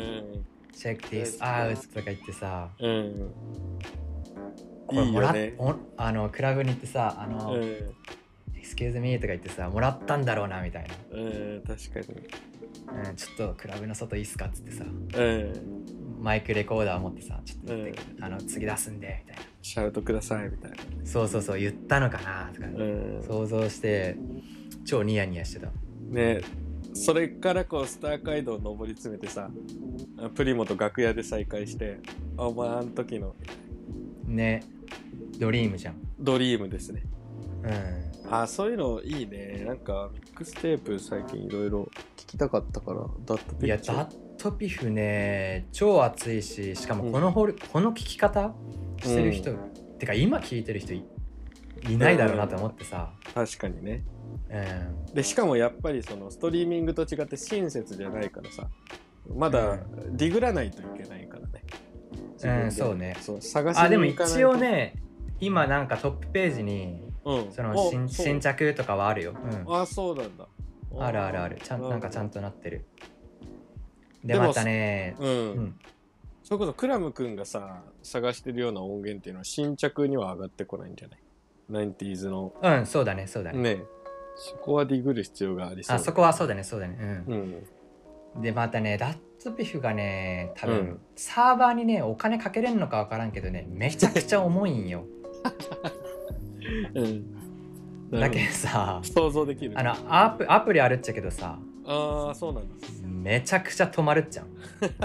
、Check this out とか言ってさ、うん、これもらっ、いいよね、あのクラブに行ってさあの、うん、Excuse me とか言ってさもらったんだろうなみたいな、うん、確かに、うん、ちょっとクラブの外いいっすかっつってさ、うん、マイクレコーダー持ってさちょっと待って、うん、あの次出すんでみたいなシャウトくださいみたいなそうそうそう言ったのかなとか、ねうん、想像して超ニヤニヤしてたね。それからこうスター街道を上り詰めてさプリモと楽屋で再会してあお前あの時のねドリームじゃん。ドリームですね。うんあそういうのいいね。なんかミックステープ最近いろいろ聞きたかったからダットピフいやダットピフね超熱いししかもこのホール、うん、この聞き方してる人、うん、てか今聞いてる人 い, いないだろうなと思ってさ、うん、確かにね。うん、でしかもやっぱりそのストリーミングと違って親切じゃないからさまだディグらないといけないからね。うん、そうね。そう探しに行かないと。あでも一応ね今なんかトップページに、うん、その 新, 新着とかはあるよ。うん、あそうなんだ。あるあるあるちゃんなんかちゃんとなってる。でまたね、うんうん、それこそクラム君がさ探してるような音源っていうのは新着には上がってこないんじゃない？ナインティーズの。うんそうだねそうだね。ねそこはディグる必要がありそう。あそこはそうだねそうだね。うん。うん、でまたねダットピフがね多分、うん、サーバーにねお金かけれんのか分からんけどねめちゃくちゃ重いんよ。うん。だけどさ想像できる。あのアプアプリあるっちゃけどさ。ああそうなんです。めちゃくちゃ止まるっちゃう。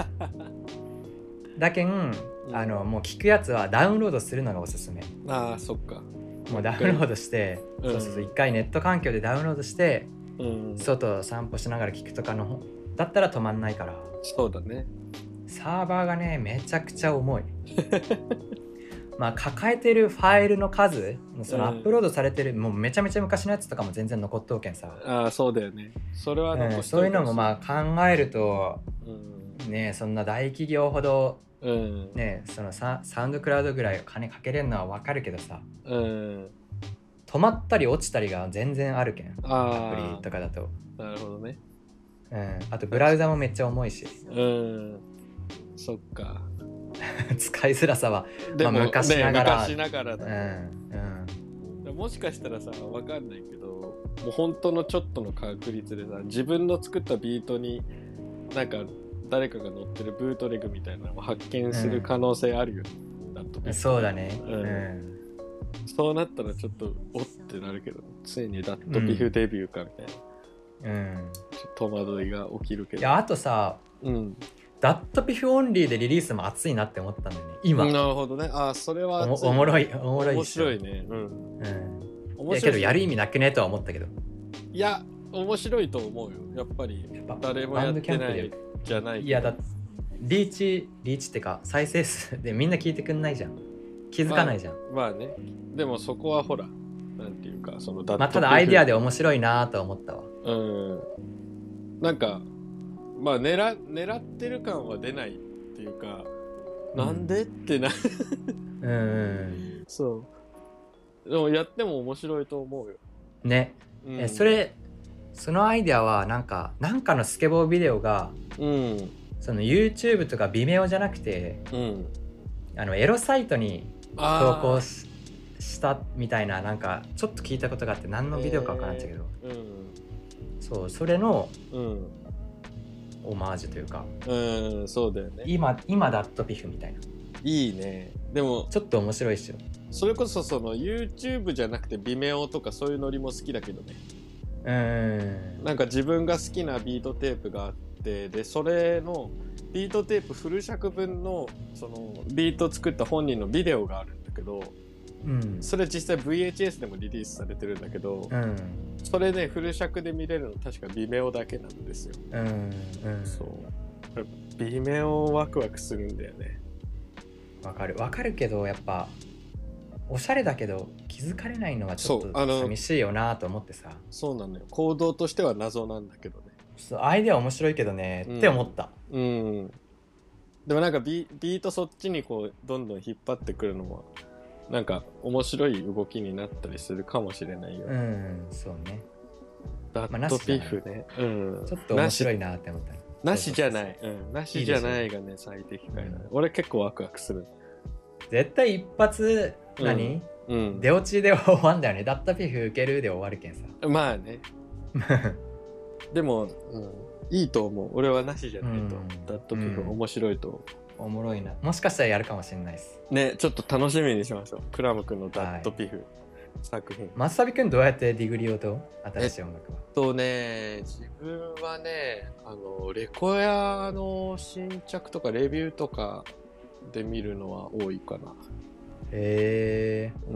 だけん、うん、あのもう聞くやつはダウンロードするのがおすすめ。ああそっか。もうダウンロードして、うん、そうそうそう一回ネット環境でダウンロードして、うん、外散歩しながら聞くとかのだったら止まんないから。そうだね。サーバーがねめちゃくちゃ重い。まあ抱えてるファイルの数そのアップロードされてる、うん、もうめちゃめちゃ昔のやつとかも全然残っとうけんさ。ああそうだよね。それは残してる、うん、そういうのもまあ考えると、うん、 ねそんな大企業ほどうんねそのササウンドクラウドぐらい金かけれるのはわかるけどさ、 うん止まったり落ちたりが全然あるけん、アプリあとかだと。 あなるほどね。 うん、あとブラウザもめっちゃ重いしうんそっか。 使いづらさはでも、 まあ、昔ながら、 ね、昔ながらだ、 うんうん、 もしかしたらさわかんないけどもう本当のちょっとの確率でさ自分の作ったビートになんか誰かが乗ってるブートレグみたいなのを発見する可能性あるよ、うん、だとそうだね、 うんうん、そうなったらちょっとおってなるけどついにダットピフデビューかみたいな、うん、ちょっと戸惑いが起きるけど。 いやあとさ、うん、ダットピフオンリーでリリースも熱いなって思ったんだよね今。 なるほどね。あそれはお, おもろいおもろい面白いね。うん、うんいやけどやる意味なくねとは思ったけど、 いや面白いと思うよやっぱり。誰もやってないじゃない。 いやだリーチリーチってか再生数でみんな聞いてくんないじゃん、気づかないじゃん。 まあ、まあねでもそこはほらなんていうかそのダットピフ、まあ、ただアイディアで面白いなと思ったわ。 うんなんかまあ 狙, 狙ってる感は出ないっていうか、うん、なんでってなうん、そうでもやっても面白いと思うよね、うん、えそれそのアイデアはなんかなんかのスケボービデオが、うん、その YouTube とか Vimeo じゃなくて、うん、あのエロサイトに投稿 し, したみたいななんかちょっと聞いたことがあって何のビデオか分からんちゃけど、えーうん、そうそれの、うんオマージュというか、 うんそうだよね。 今今ダットピフみたいな。 いいね。でもちょっと面白いっしょ。 それこそその YouTube じゃなくて Vimeo とかそういうノリも好きだけどね。うんなんか自分が好きなビートテープがあってでそれのビートテープフル尺分のそのビート作った本人のビデオがあるんだけど、うん、それ実際 ブイエイチエス でもリリースされてるんだけど、うん、それねフル尺で見れるの確か Vimeo だけなんですよ。うんうん、そう Vimeo ワクワクするんだよね。 わかるわかるけどやっぱおしゃれだけど気づかれないのはちょっと寂しいよなと思ってさ。 そうなのよ。行動としては謎なんだけどね。 そうアイデア面白いけどね、うん、って思った。 うん。でもなんか ビ, ビートそっちにこうどんどん引っ張ってくるのはなんか面白い動きになったりするかもしれないよ。 うん、そうね。 ダットピフね、 まあ、うん、ちょっと面白いなって思った。 なしじゃない、うん、なしじゃないがね最適解だね。俺結構ワクワクする。 絶対一発何、うんうん、出落ちで終わんだよね。ダットピフ受けるで終わるけんさ。 まあね。でも、うん、いいと思う。俺はなしじゃないと、うん、ダットピフ面白いと思う。 おもろいな。もしかしたらやるかもしれないです。 ね、ちょっと楽しみにしましょう。クラム君のダットピフ、はい、作品。 マッサビ君どうやってディグリをと新しい音楽は？ えっとね、自分はね、あのレコヤの新着とかレビューとかで見るのは多いかな。 へえ。 うん。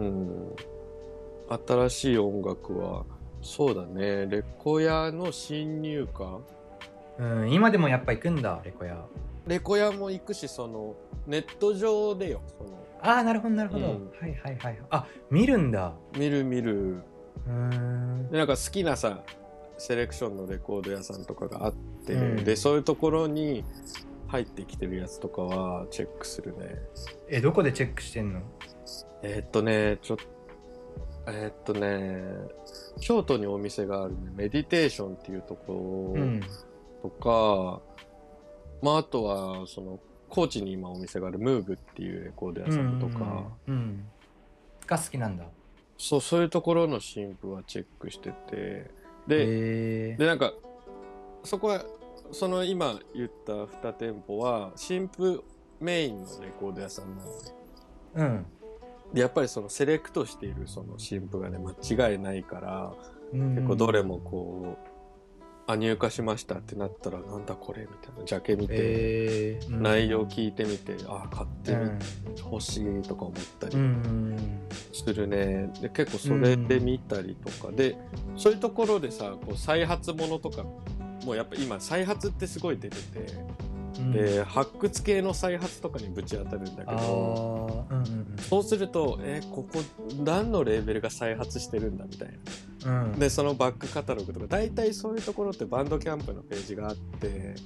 新しい音楽はそうだね。レコヤの新入荷。 うん、今でもやっぱ行くんだレコヤ。 レコヤも行くし、そのネット上でよ。そのああなるほどなるほど、うん、はいはいはい。あ見るんだ。 見る見る。うーんでなんか好きなさセレクションのレコード屋さんとかがあって、うん、でそういうところに入ってきてるやつとかはチェックするね。 えどこでチェックしてんの？ えー、っとねちょっとえー、っとね京都にお店があるねメディテーションっていうところとか、うん、まああとはその高知に今お店があるムーブっていうレコード屋さんとか、うんうんうん、 が好きなんだ。 そうそういうところの新譜はチェックしててででなんかそこはその今言ったに店舗は新譜メインのレコード屋さんなので、うん、でやっぱりそのセレクトしているその新譜がね間違いないから、うん、結構どれもこうあ入荷しましたってなったらなんだこれみたいなジャケ見て、えーうん、内容聞いてみてあ買ってみ、うん、欲しいとか思ったりするね。で結構それで見たりとか、うん、でそういうところでさこう再発ものとかもうやっぱ今再発ってすごい出てて、うん、で発掘系の再発とかにぶち当たるんだけど、うんうんうん、そうするとえここ何のレーベルが再発してるんだみたいな。うん、でそのバックカタログとか大体そういうところってバンドキャンプのページがあって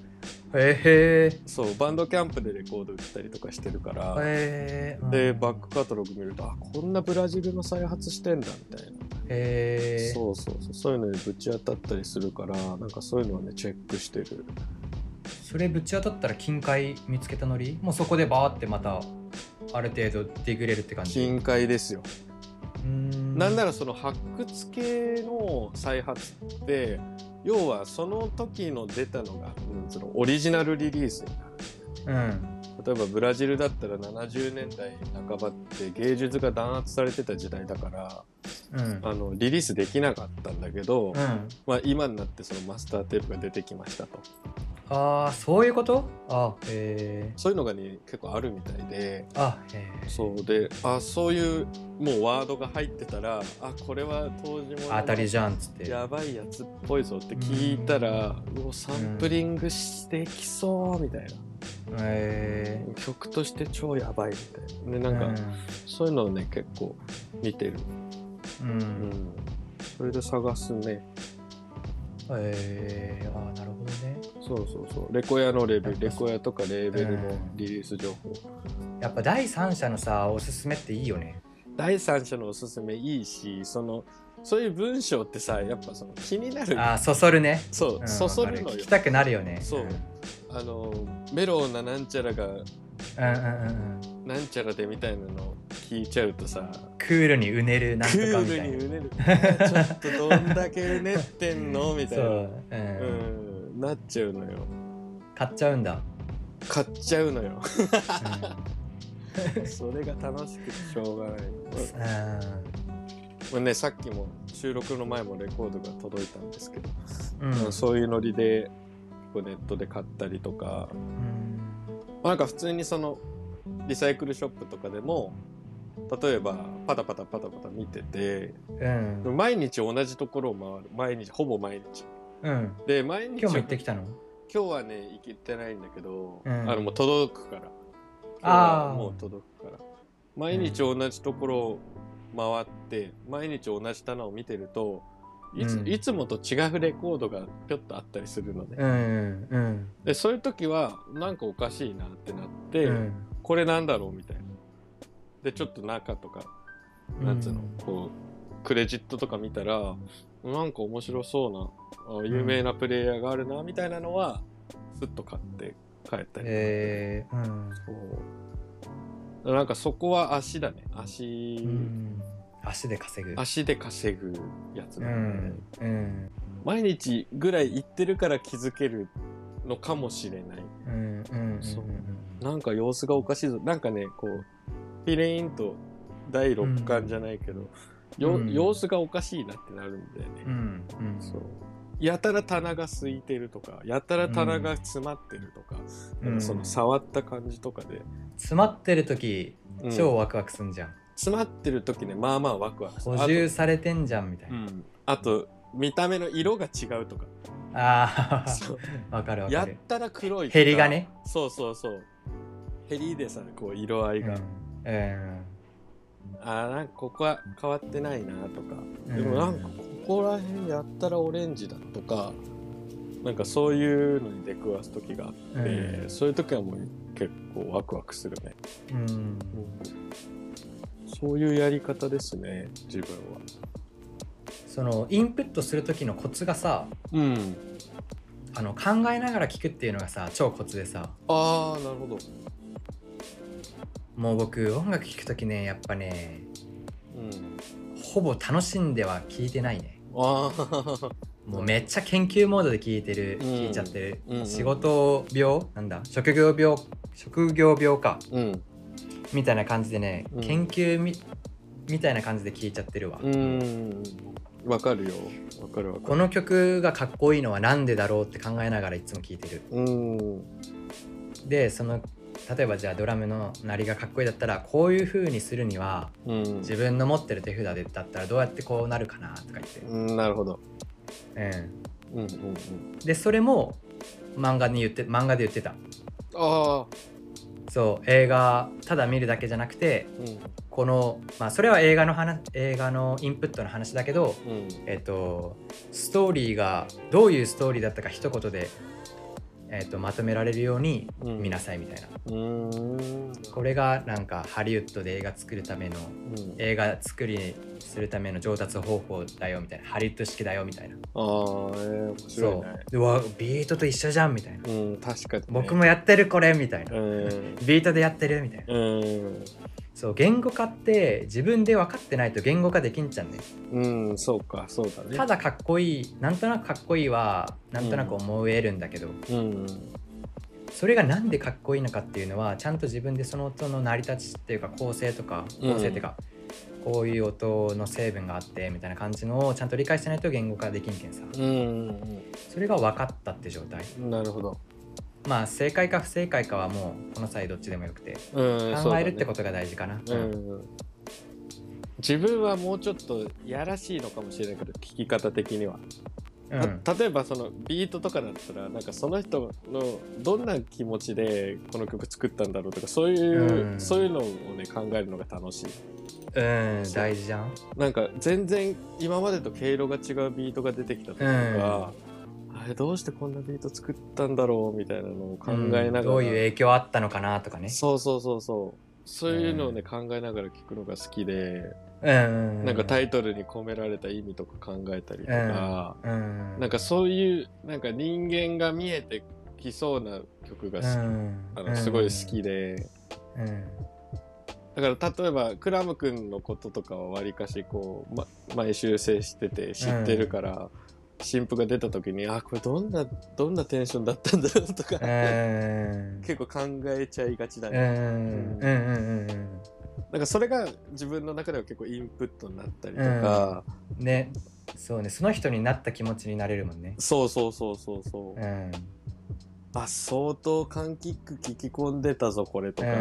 へえそうバンドキャンプでレコード売ったりとかしてるから、 へえでバックカタログ見るとあこんなブラジルの再発してんだみたいな、 へえそうそうそうそういうのにぶち当たったりするからなんかそういうのはねチェックしてる。 それぶち当たったら金塊見つけたのりもうそこでバーってまたある程度ディグれるって感じ。 金塊ですよ。 うーんなんならその発掘系の再発って要はその時の出たのがそのオリジナルリリースになる。 うん例えばブラジルだったらななじゅうねんだいなかばって芸術が弾圧されてた時代だからうんあのリリースできなかったんだけど、 うんまあ、今になってそのマスターテープが出てきましたと。 ああそういうこと。あへえそういうのがね結構あるみたいで、 あへえそうであそういうもうワードが入ってたらあこれは当時も当たりじゃんっつってやばいやつっぽいぞって聞いたらもうサンプリングしてきそうみたいな、 へえ曲として超やばいみたいなでなんか、そういうのをね結構見てる、 うん、ううんん、それで探すね。 へえあなるほどね。 そうそうそうレコヤのレベルやっぱレコヤとかレーベルのリリース情報、 やっぱ第三者のさおすすめっていいよね。 第三者のおすすめいいしそのそういう文章ってさやっぱその気になるあそそるね。 そう、 うん、 そそるのよ。 聞きたくなるよね。 そう、あのメロウななんちゃらがうんうんうんうんなんちゃらでみたいなのを聞いちゃうとさクールにうねるなんクとかみたいな。 ールにうねるちょっとどんだけうねってんのみたいなそう、うんうん、なっちゃうのよ。 買っちゃうんだ。 買っちゃうのようんそれが楽しくてしょうがない。 うまあね、さっきも収録の前もレコードが届いたんですけど、 んうんそういうノリでネットで買ったりとか、 うんまあなんか普通にそのリサイクルショップとかでも例えばパタパタパタパタ見ててうん毎日同じところを回る毎日ほぼ毎日うんで毎日今日も行ってきたの？ 今日はね行けてないんだけど、 うんあのもう届くから今日あーはもう届くから毎日同じところを回って毎日同じ棚を見てるといつ、 うんいつもと違うレコードがぴょっとあったりするのね、 うんうんでそういう時はなんかおかしいなってなって、 うんこれなんだろうみたいなでちょっと中とかなんつうの、 うんこうクレジットとか見たらなんか面白そうなあ有名なプレイヤーがあるなみたいなのはスッと買って帰ったり、 えーうんそうなんかそこは足だね足、 うん足で稼ぐ。 足で稼ぐやつうだね、 んうん毎日ぐらい行ってるから気づけるのかもしれない。 うんうんそうなんか様子がおかしいぞなんかねこうピレインとだいろっかんじゃないけど、ようん様子がおかしいなってなるんだよね、 うんうんそうやたら棚が空いてるとかやたら棚が詰まってるとか、 うんなんかその触った感じとかで、 詰まってる時うん超ワクワクすんじゃん。 詰まってる時ねまあまあワクワクする補充されてんじゃんみたいな。 あと、うん、あと見た目の色が違うとかあそうあわかるわかる。 やったら黒いとかヘリがね。 そうそうそうヘリでさこう色合いが、 うんうんあーなんかここは変わってないなとか、 うんでもなんかここら辺やったらオレンジだとかなんかそういうのに出くわす時があって、 うんそういう時はもう結構ワクワクするね、 うんうんそういうやり方ですね自分は。 そのインプットする時のコツがさうんあの考えながら聞くっていうのがさ超コツでさ、 ああなるほど。 もう僕音楽聴く時ねやっぱねうんほぼ楽しんでは聴いてないね。 ああもうめっちゃ研究モードで聴いてる、 うん聴いちゃってる、 うんうん仕事病なんだ職業病職業病かうんみたいな感じでね、 うん研究みみたいな感じで聴いちゃってるわ、 うんわかるよわかるわかる。 この曲がかっこいいのはなんでだろうって考えながらいつも聴いてる。 うんでその例えばじゃあドラムの鳴りがかっこいいだったらこういう風にするにはうん自分の持ってる手札でだったらどうやってこうなるかなとか言って、 うんなるほど。 うん、 うんうんうんでそれも漫画に言って漫画で言ってた。 ああそう映画ただ見るだけじゃなくてうんこのまあそれは映画の話映画のインプットの話だけど、 うんえっとストーリーがどういうストーリーだったか一言でえー、とまとめられるようにうん見なさいみたいな、 うーんこれがなんかハリウッドで映画作るためのうん映画作りするための上達方法だよみたいな、ハリウッド式だよみたいな。 あーえー、面白いね。 そうでわビートと一緒じゃんみたいな、 うん確かに、ね、 僕もやってるこれみたいな、 うんビートでやってるみたいな。 うんそう言語化って自分で分かってないと言語化できんちゃんね。 うんそうかそうだね。 ただかっこいい、なんとなくかっこいいはなんとなく思えるんだけど、 うんそれがなんでかっこいいのかっていうのはちゃんと自分でその音の成り立ちっていうか構成とか構成っていうか、こういう音の成分があってみたいな感じのをちゃんと理解してないと言語化できんけんさ、 うんそれが分かったって状態。 うんなるほど。 まあ正解か不正解かはもうこの際どっちでもよくて、 うん考えるってことが大事かな。 う、ね、うん自分はもうちょっとやらしいのかもしれないけど聞き方的には、 うん例えばそのビートとかだったらなんかその人のどんな気持ちでこの曲作ったんだろうとかそういう、 うん、 そういうのをね考えるのが楽しい。 うん大事じゃん。 なんか全然今までと毛色が違うビートが出てきた時とか、うんあれどうしてこんなビート作ったんだろうみたいなのを考えながら、うん、 どういう影響あったのかなとかね。 そうそうそうそうそういうのをね、うん、考えながら聞くのが好きで、 うん、 なんかタイトルに込められた意味とか考えたりとか、 うん、 なんかそういうなんか人間が見えてきそうな曲が、うん、あのすごい好きで、うん、だから例えばクラム君のこととかはわりかしこう、ま、毎週接してて知ってるから、うん新譜が出た時にあこれどんなどんなテンションだったんだろうとか、えー、結構考えちゃいがちだね、うんうんうんうん、なんかそれが自分の中では結構インプットになったりとか、 うん、ねそうねその人になった気持ちになれるもんね。 そうそうそうそうそう、うん、あ相当カンキック聞き込んでたぞこれとか、うん、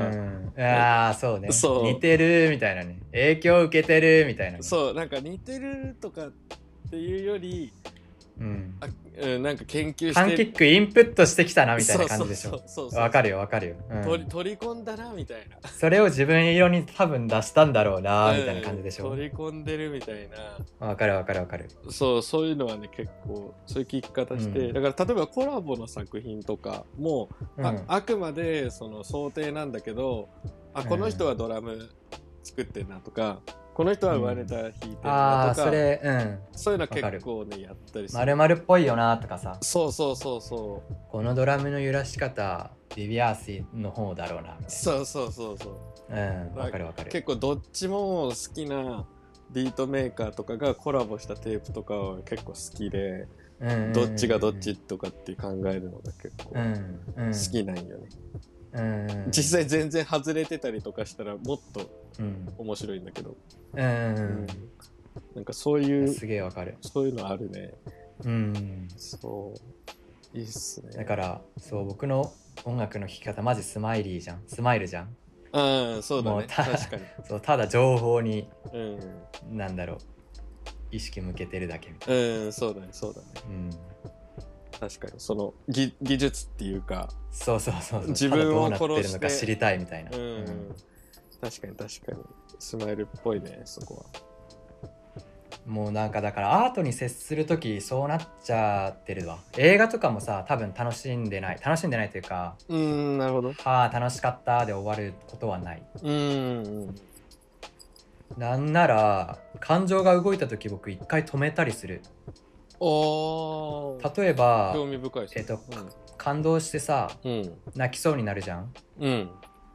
ああそうねそう似てるみたいなね影響受けてるみたいな、ね、 そうなんか似てるとかっていうよりうんあうん、なんか研究してカンキックインプットしてきたなみたいな感じでしょ。わかるよわかるよ、うん、 取り取り込んだなみたいなそれを自分色に多分出したんだろうなみたいな感じでしょ、 うん、取り込んでるみたいな。 わかるわかるわかる。 そうそういうのはね結構そういう聞き方して、うん、だから例えばコラボの作品とかも、うん、あ, あくまでその想定なんだけどあこの人はドラム作ってんなとか、うんこの人は上ネタ弾いてるなとか、 あそれ、うん、 そういうの結構ねやったりする。 丸々っぽいよなとかさそうそうそうそうこのドラムの揺らし方ビビアーシーの方だろうなみたいな。 そうそうそうそううんわかるわかる。 結構どっちも好きなビートメーカーとかがコラボしたテープとかは結構好きで、うんうんうんうん、どっちがどっちとかって考えるのが結構好きなんよね、うんうん実際全然外れてたりとかしたらもっと面白いんだけど、うんうん、なんかそういうすげえわかるそういうのあるね。 うんそういいっすね。 だからそう僕の音楽の聴き方マジスマイリーじゃんスマイルじゃん。 あそうだね確かにそうただ情報に、 うん、 なんだろう意識向けてるだけみたいな。 うんそうだねそうだね、うん確かにその 技, 技術っていうかそうそうそうそう自分を殺してどうなってるのか知りたいみたいな、 うんうん、確かに確かにスマイルっぽいねそこは。 もうなんかだからアートに接するときそうなっちゃってるわ。映画とかもさ多分楽しんでない楽しんでないというかうんなるほどはあ楽しかったで終わることはない。 うん、うん、 なんなら感情が動いたとき僕一回止めたりする。 お例えば興味深いですね、 えっと、うん、感動してさ、 うん、 泣きそうになるじゃん、 うん、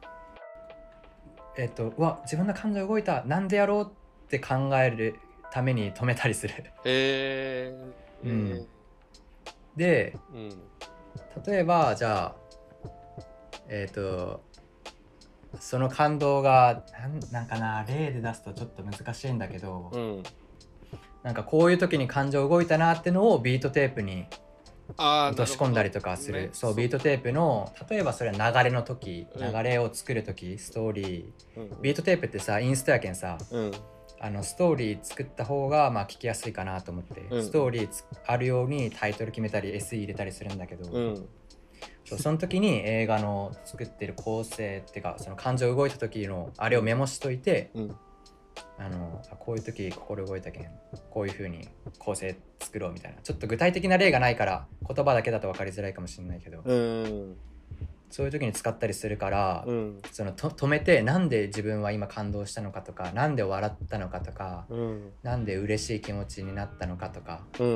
えっとうわ自分の感情動いたなんでやろうって考えるために止めたりするえー、うん、 で、 うん、 例えばじゃあえっとその感動がなん、なんかな例で出すとちょっと難しいんだけど、 うんなんかこういう時に感情動いたなってのをビートテープに落とし込んだりとかする、ね、そうビートテープの例えばそれは流れの時、うん、流れを作る時ストーリー、うん、ビートテープってさインストやけんさ、うん、あのストーリー作った方がまあ聞きやすいかなと思って、うん、ストーリーあるようにタイトル決めたり エスイー 入れたりするんだけど、うん、そうその時に映画の作ってる構成っていうかその感情動いた時のあれをメモしといて、うんあのあこういう時心動いたけんこういう風に構成作ろうみたいな、ちょっと具体的な例がないから言葉だけだと分かりづらいかもしれないけど、 うんそういう時に使ったりするから、 うん、 そのと止めてなんで自分は今感動したのかとか、なんで笑ったのかとか、 うん、 なんで嬉しい気持ちになったのかとか、 うん、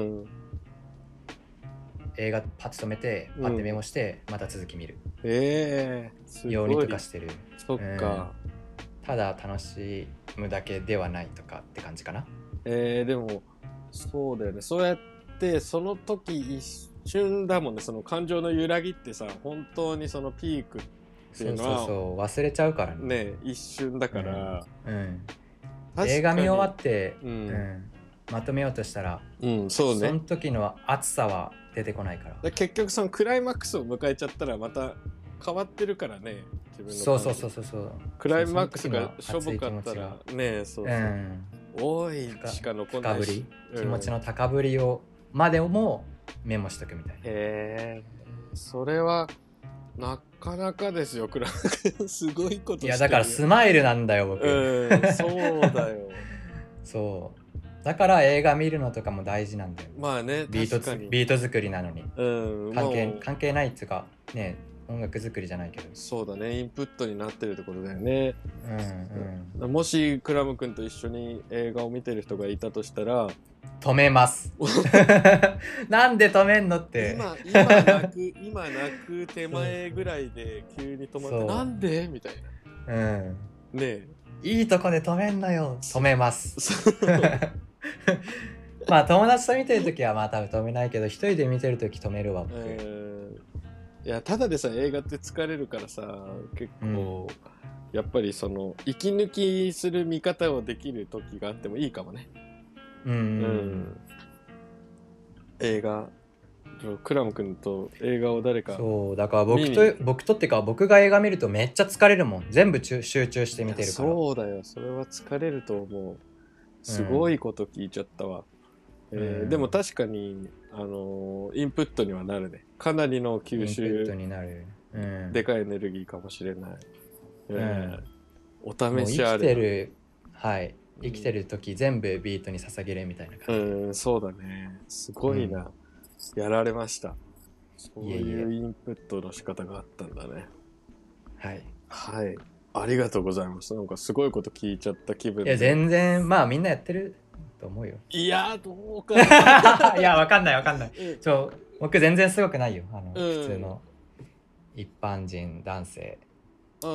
映画パッと止めてパッてメモして、また続き見るええー、すごいようにとかしてる。 そっか、 うん、ただ楽しむだけではないとかって感じかな。 えー、でもそうだよね、そうやってその時一瞬だもんね、その感情の揺らぎってさ、本当にそのピークっていうのはそうそうそう忘れちゃうからね。 ね、一瞬だから、 うんうん、 確かに映画見終わって、 うんうん、まとめようとしたら、 うん、そうね、 その時の熱さは出てこないから。 で結局そのクライマックスを迎えちゃったらまた変わってるからね、自分のそうそうそうそうそう、 クライマックスがしょぼかったらね、そうそう、 うん、 多いしか残らないし、 高ぶり、気持ちの高ぶりをまでもメモしとくみたいな。 へえ、それはなかなかですよ、クラすごいことしてるよ。 いやだからスマイルなんだよ僕。 うん、そうだよ。 そうだから映画見るのとかも大事なんだよ。 まあね、 ビート確かにビート作りなのに、 うん、 関係もう関係ないっていうかね、音楽作りじゃないけど。 そうだね、インプットになってるってことだよね。 うんうん、 もしクラム君と一緒に映画を見てる人がいたとしたら止めますなんで止めんのって。 今今泣く今泣く手前ぐらいで急に止まってなんでみたいな、うん、 ねえ、 いいとこで止めんのよ。止めますまあ友達と見てるときはまあ多分止めないけど、一人で見てるとき止めるわ僕。 えー、いやただでさ映画って疲れるからさ、結構、うん、やっぱりその息抜きする見方をできる時があってもいいかもね。 うん、うんうん映画クラム君と映画を誰かそうだから僕と僕とってか僕が映画見るとめっちゃ疲れるもん。全部集中して見てるから。 そうだよ、それは疲れると思う。すごいこと聞いちゃったわ、うんえーうん、でも確かにあのー、インプットにはなるね。かなりの吸収、インプットになる、うん、でかいエネルギーかもしれない、えーうん、お試しある。 生きてるはい生きてる時、うん、全部ビートに捧げるみたいな感じ。 うんそうだね、すごいな、うん、やられました。そういうインプットの仕方があったんだね。 はいはいありがとうございます。なんかすごいこと聞いちゃった気分で。 いや全然まあみんなやってると思うよ。 いやどうかないやわかんないわかんない、うん、ちょ僕全然すごくないよ。あの、うん、普通の一般人男性、うん、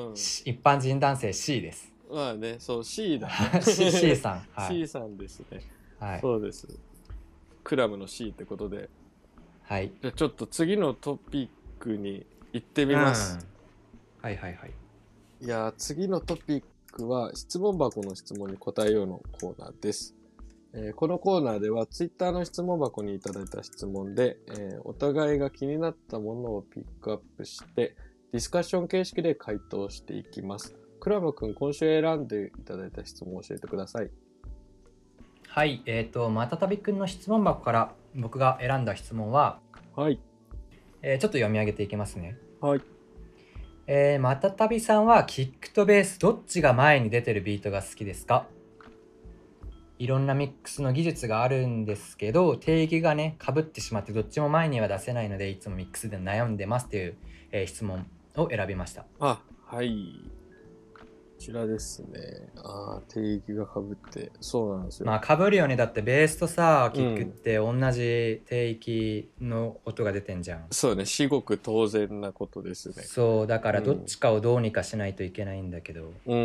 一般人男性 C です。 まあね、そう C だ、 ね、C, C さん、 はい、C さんですね、 はい、 そうです。クラムの C ってことで、 はい、 じゃあちょっと次のトピックに行ってみます、 うん、はいはいはい。 いや次のトピックは質問箱の質問に答えようのコーナーです、えー、このコーナーではツイッターの質問箱にいただいた質問で、えー、お互いが気になったものをピックアップしてディスカッション形式で回答していきます。クラム君、今週選んでいただいた質問を教えてください。 はい、えっ、ー、とまたたびくんの質問箱から僕が選んだ質問は、 はい、 えー、ちょっと読み上げていきますね。 はい。 えー、またたびさんはキックとベースどっちが前に出てるビートが好きですか？いろんなミックスの技術があるんですけど定義がね被ってしまってどっちも前には出せないのでいつもミックスで悩んでますという、えー、質問を選びました。 あ、はいこちらですね。あ定義が被ってそうなんですよ。 まあ被るよね。だってベースとさキックって同じ定域の音が出てんじゃん、うん、 そうね、至極当然なことですね。 そうだからどっちかをどうにかしないといけないんだけど、うん、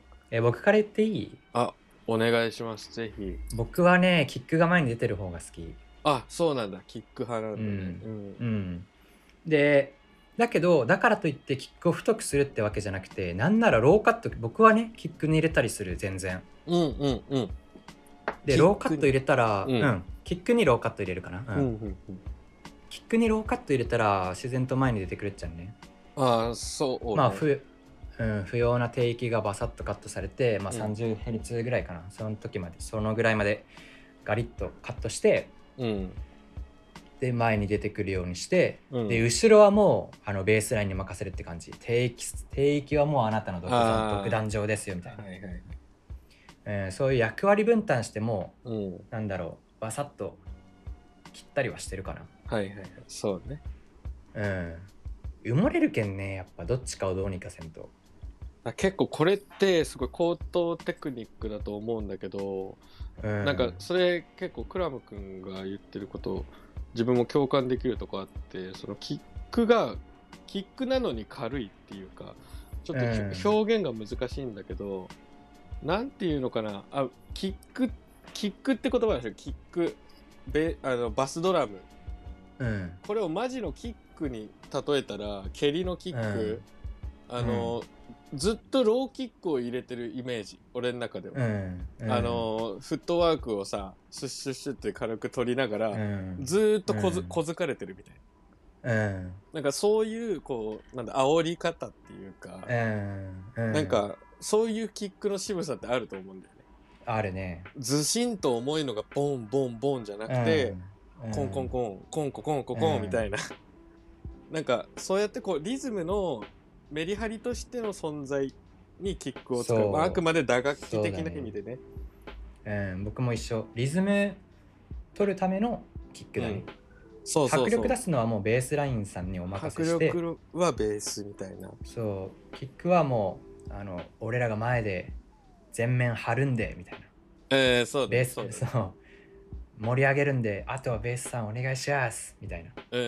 え僕から言っていい？ あお願いします。ぜひ。 僕はねキックが前に出てる方が好き。 あそうなんだ、キック派なんだね。うん、 うん、でだけどだからといってキックを太くするってわけじゃなくて、なんならローカット僕はねキックに入れたりする全然。 うんうんうん。 でローカット入れたら、うん、うん、キックにローカット入れるかな、うんうんうん、キックにローカット入れたら自然と前に出てくれっちゃうね。 ああそう、ね、 まあ不、うん、不要な定域がバサッとカットされて、まあ、さんじゅうヘルツ ぐらいかな、うん、その時までそのぐらいまでガリッとカットして、うん、で前に出てくるようにして、うん、で後ろはもうあのベースラインに任せるって感じ。定域定域はもうあなたの独断独断上ですよみたいな、はいはい、 うん、そういう役割分担しても、 うん、 なんだろう、バサッと切ったりはしてるかな。 はいはいはい、そうね。 うん。埋もれるけんね、やっぱどっちかをどうにかせんと。 結構これってすごい高等テクニックだと思うんだけど、 うん、 なんかそれ結構クラム君が言ってること自分も共感できるとこあって、そのキックがキックなのに軽いっていうか、ちょっと、うん、表現が難しいんだけど、なんていうのかな、あ、キックキックって言葉でしょ。キックベあのバスドラム、 うん、 これをマジのキックに例えたら蹴りのキック、うん、あの、うん、ずっとローキックを入れてるイメージ、俺の中では、うんうん、あのフットワークをさシュッシュッシュって軽く取りながら、うん、ずっとこず、うん、小づかれてるみたいな、うん、なんかそういうこうなんだ煽り方っていうか、うん、なんかそういうキックの渋さってあると思うんだよね。 あるね。 ずしんと重いのがボンボンボンじゃなくて、うん、コンコンコンコンコンコンコンコンみたいな、うん、なんかそうやってこうリズムのメリハリとしての存在にキックを使う、まあ、あくまで打楽器的な意味でね。 う、ね、うん、僕も一緒。リズム取るためのキックだね、うん、 そうそうそう。 迫力出すのはもうベースラインさんにお任せして、 迫力はベースみたいな。 そうキックはもうあの俺らが前で全面張るんでみたいな、 えー、そうだ、 ベース、そうだ、そう盛り上げるんで、あとはベースさんお願いしますみたいな、うん、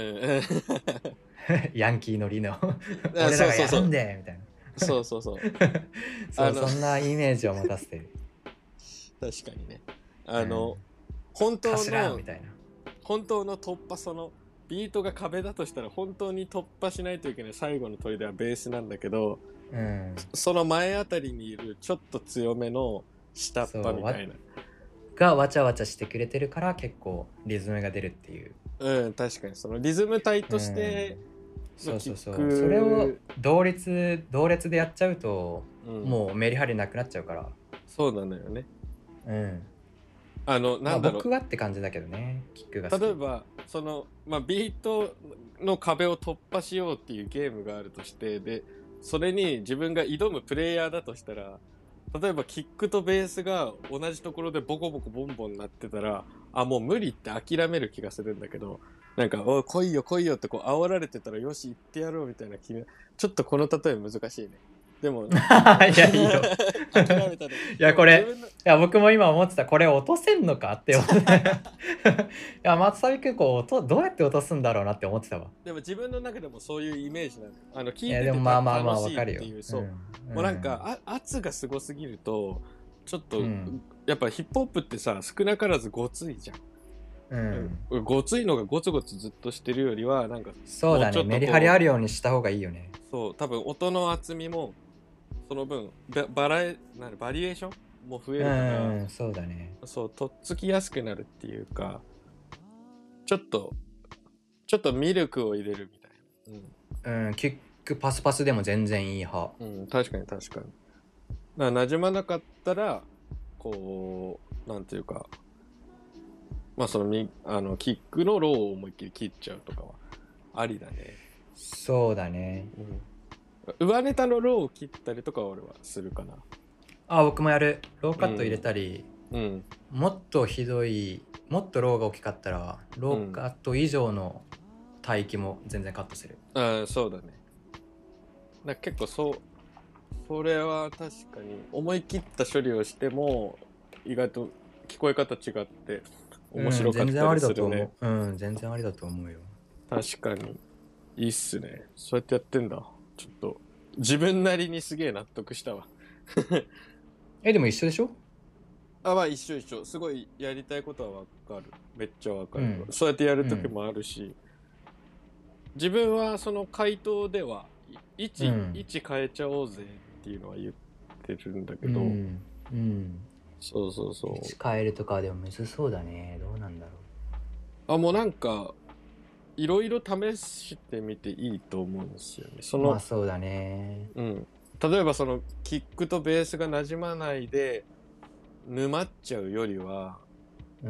ヤンキーのリの俺らがやるんでみたいな、 そうそうそうそう、そんなイメージを持たせてる。 確かにね、あの、うん、本当のみたいな、本当の突破、そのビートが壁だとしたら本当に突破しないといけない最後の砦はベースなんだけど、うん、その前あたりにいるちょっと強めの下っ端みたいながわちゃわちゃしてくれてるから結構リズムが出るっていう。 うん、確かにそのリズム体として、 うん、そうそうそう、それを同率同列でやっちゃうと、うん、もうメリハリなくなっちゃうから。 そうなのよね。 うん。 あのなんだろう、 まあ、僕はって感じだけどね、キックが好き。 例えばその、まあ、ビートの壁を突破しようっていうゲームがあるとして、でそれに自分が挑むプレイヤーだとしたら、例えばキックとベースが同じところでボコボコボンボンなってたら、あ、もう無理って諦める気がするんだけど、なんかおい来いよ来いよってこう煽られてたら、よし行ってやろうみたいな気が、ちょっとこの例え難しいね。でもいやいいよ諦めたね。いやこれ、いや僕も今思ってた、これ落とせんのかって思っていや松サビ君こうどうやって落とすんだろうなって思ってたわ。 でも自分の中でもそういうイメージなの。あの聞いてて楽しいっていう、そう、うん、もうなんかあ圧がすごすぎるとちょっと、うん、やっぱヒップホップってさ少なからずごついじゃん。うん、ごついのがゴツゴツずっとしてるよりはなんかそうだね、メリハリあるようにした方がいいよね。 そう、多分音の厚みもその分バラエなバリエーションも増えるから、 うん、そうだね、 そうとっつきやすくなるっていうか、ちょっとちょっとミルクを入れるみたいな、うん、うん、キックパスパスでも全然いい派。 うん、確かに確かに。だから馴染まなかったらこうなんていうか、まあそのみあのキックのローを思いっきり切っちゃうとかはありだね。 そうだね、 うん、上ネタのローを切ったりとかは俺はするかな。 あ、僕もやる。ローカット入れたり、 うんうん、 もっとひどい、もっとローが大きかったらローカット以上の帯域も全然カットする。 うん、あ、そうだね。だ結構そう、それは確かに思い切った処理をしても意外と聞こえ方違って面白かったりするね。うん、全然ありだと思う。 うん、全然ありだと思うよ。 確かにいいっすね。そうやってやってんだ。ちょっと自分なりにすげえ納得したわえ、でも一緒でしょ？ あ、まあ一緒一緒。すごいやりたいことはわかる。めっちゃわかる、うん、そうやってやる時もあるし、うん、自分はその回答では位置、うん、位置変えちゃおうぜっていうのは言ってるんだけど、うんうん、そうそうそう。 位置変えるとかでもむずそうだね。どうなんだろう。あ、もうなんかいろいろ試してみていいと思うんですよね。その、 まあそうだね。 うん。例えばそのキックとベースが馴染まないで沼っちゃうよりは、うん、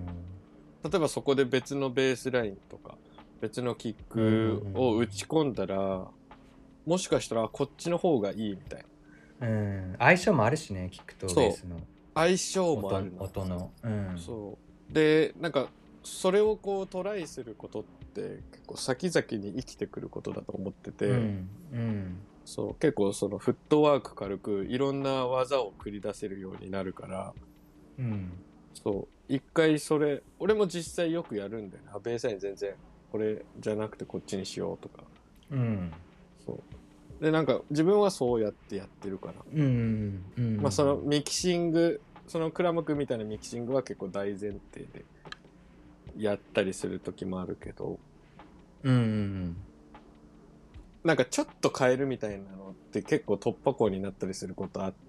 例えばそこで別のベースラインとか別のキックを打ち込んだら、うんうん、もしかしたらこっちの方がいいみたいな、 うん、相性もあるしね、キックとベースの。 相性もあ音るな。 音の。うん。 そうでなんかそれをこうトライすることって結構先々に生きてくることだと思ってて、 うんうんそう結構そのフットワーク軽くいろんな技を繰り出せるようになるから、 うん。 そう一回それ俺も実際よくやるんだよね。あベースライン全然これじゃなくてこっちにしようとか。 うん。 そうでなんか自分はそうやってやってるから、 うんうん。 まあそのミキシングそのクラム君みたいなミキシングは結構大前提でやったりする時もあるけど、 うんうんなんかちょっと変えるみたいなのって結構突破口になったりすることあって、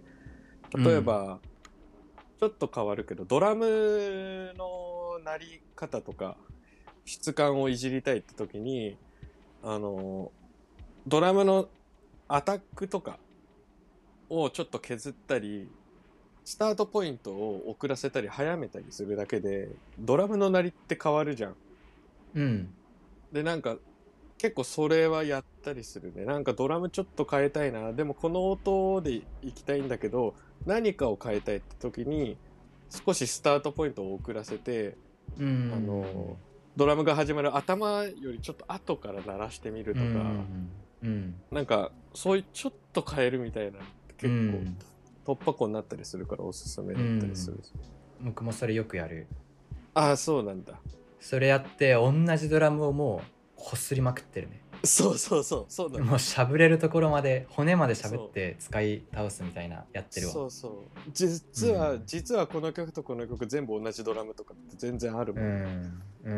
例えば、ちょっと変わるけどドラムの鳴り方とか質感をいじりたいって時にあのドラムのアタックとかをちょっと削ったりスタートポイントを遅らせたり早めたりするだけでドラムの鳴りって変わるじゃん。 うんでなんか結構それはやったりするね。なんかドラムちょっと変えたいな、でもこの音でいきたいんだけど何かを変えたいって時に少しスタートポイントを遅らせて、 うん、 あのドラムが始まる頭よりちょっと後から鳴らしてみるとか、 うんうん、 なんかそういうちょっと変えるみたいなのって結構突破口になったりするからおすすめだったりする、 うん、僕もそれよくやる。 ああそうなんだ。 それやって同じドラムをもうこすりまくってるね。 そうそうそうそうだ、ね、 もうしゃぶれるところまで骨までしゃぶって使い倒すみたいなやってるわ。 そうそう実は、うん、実はこの曲とこの曲全部同じドラムとかって全然あるもん。うん、うん、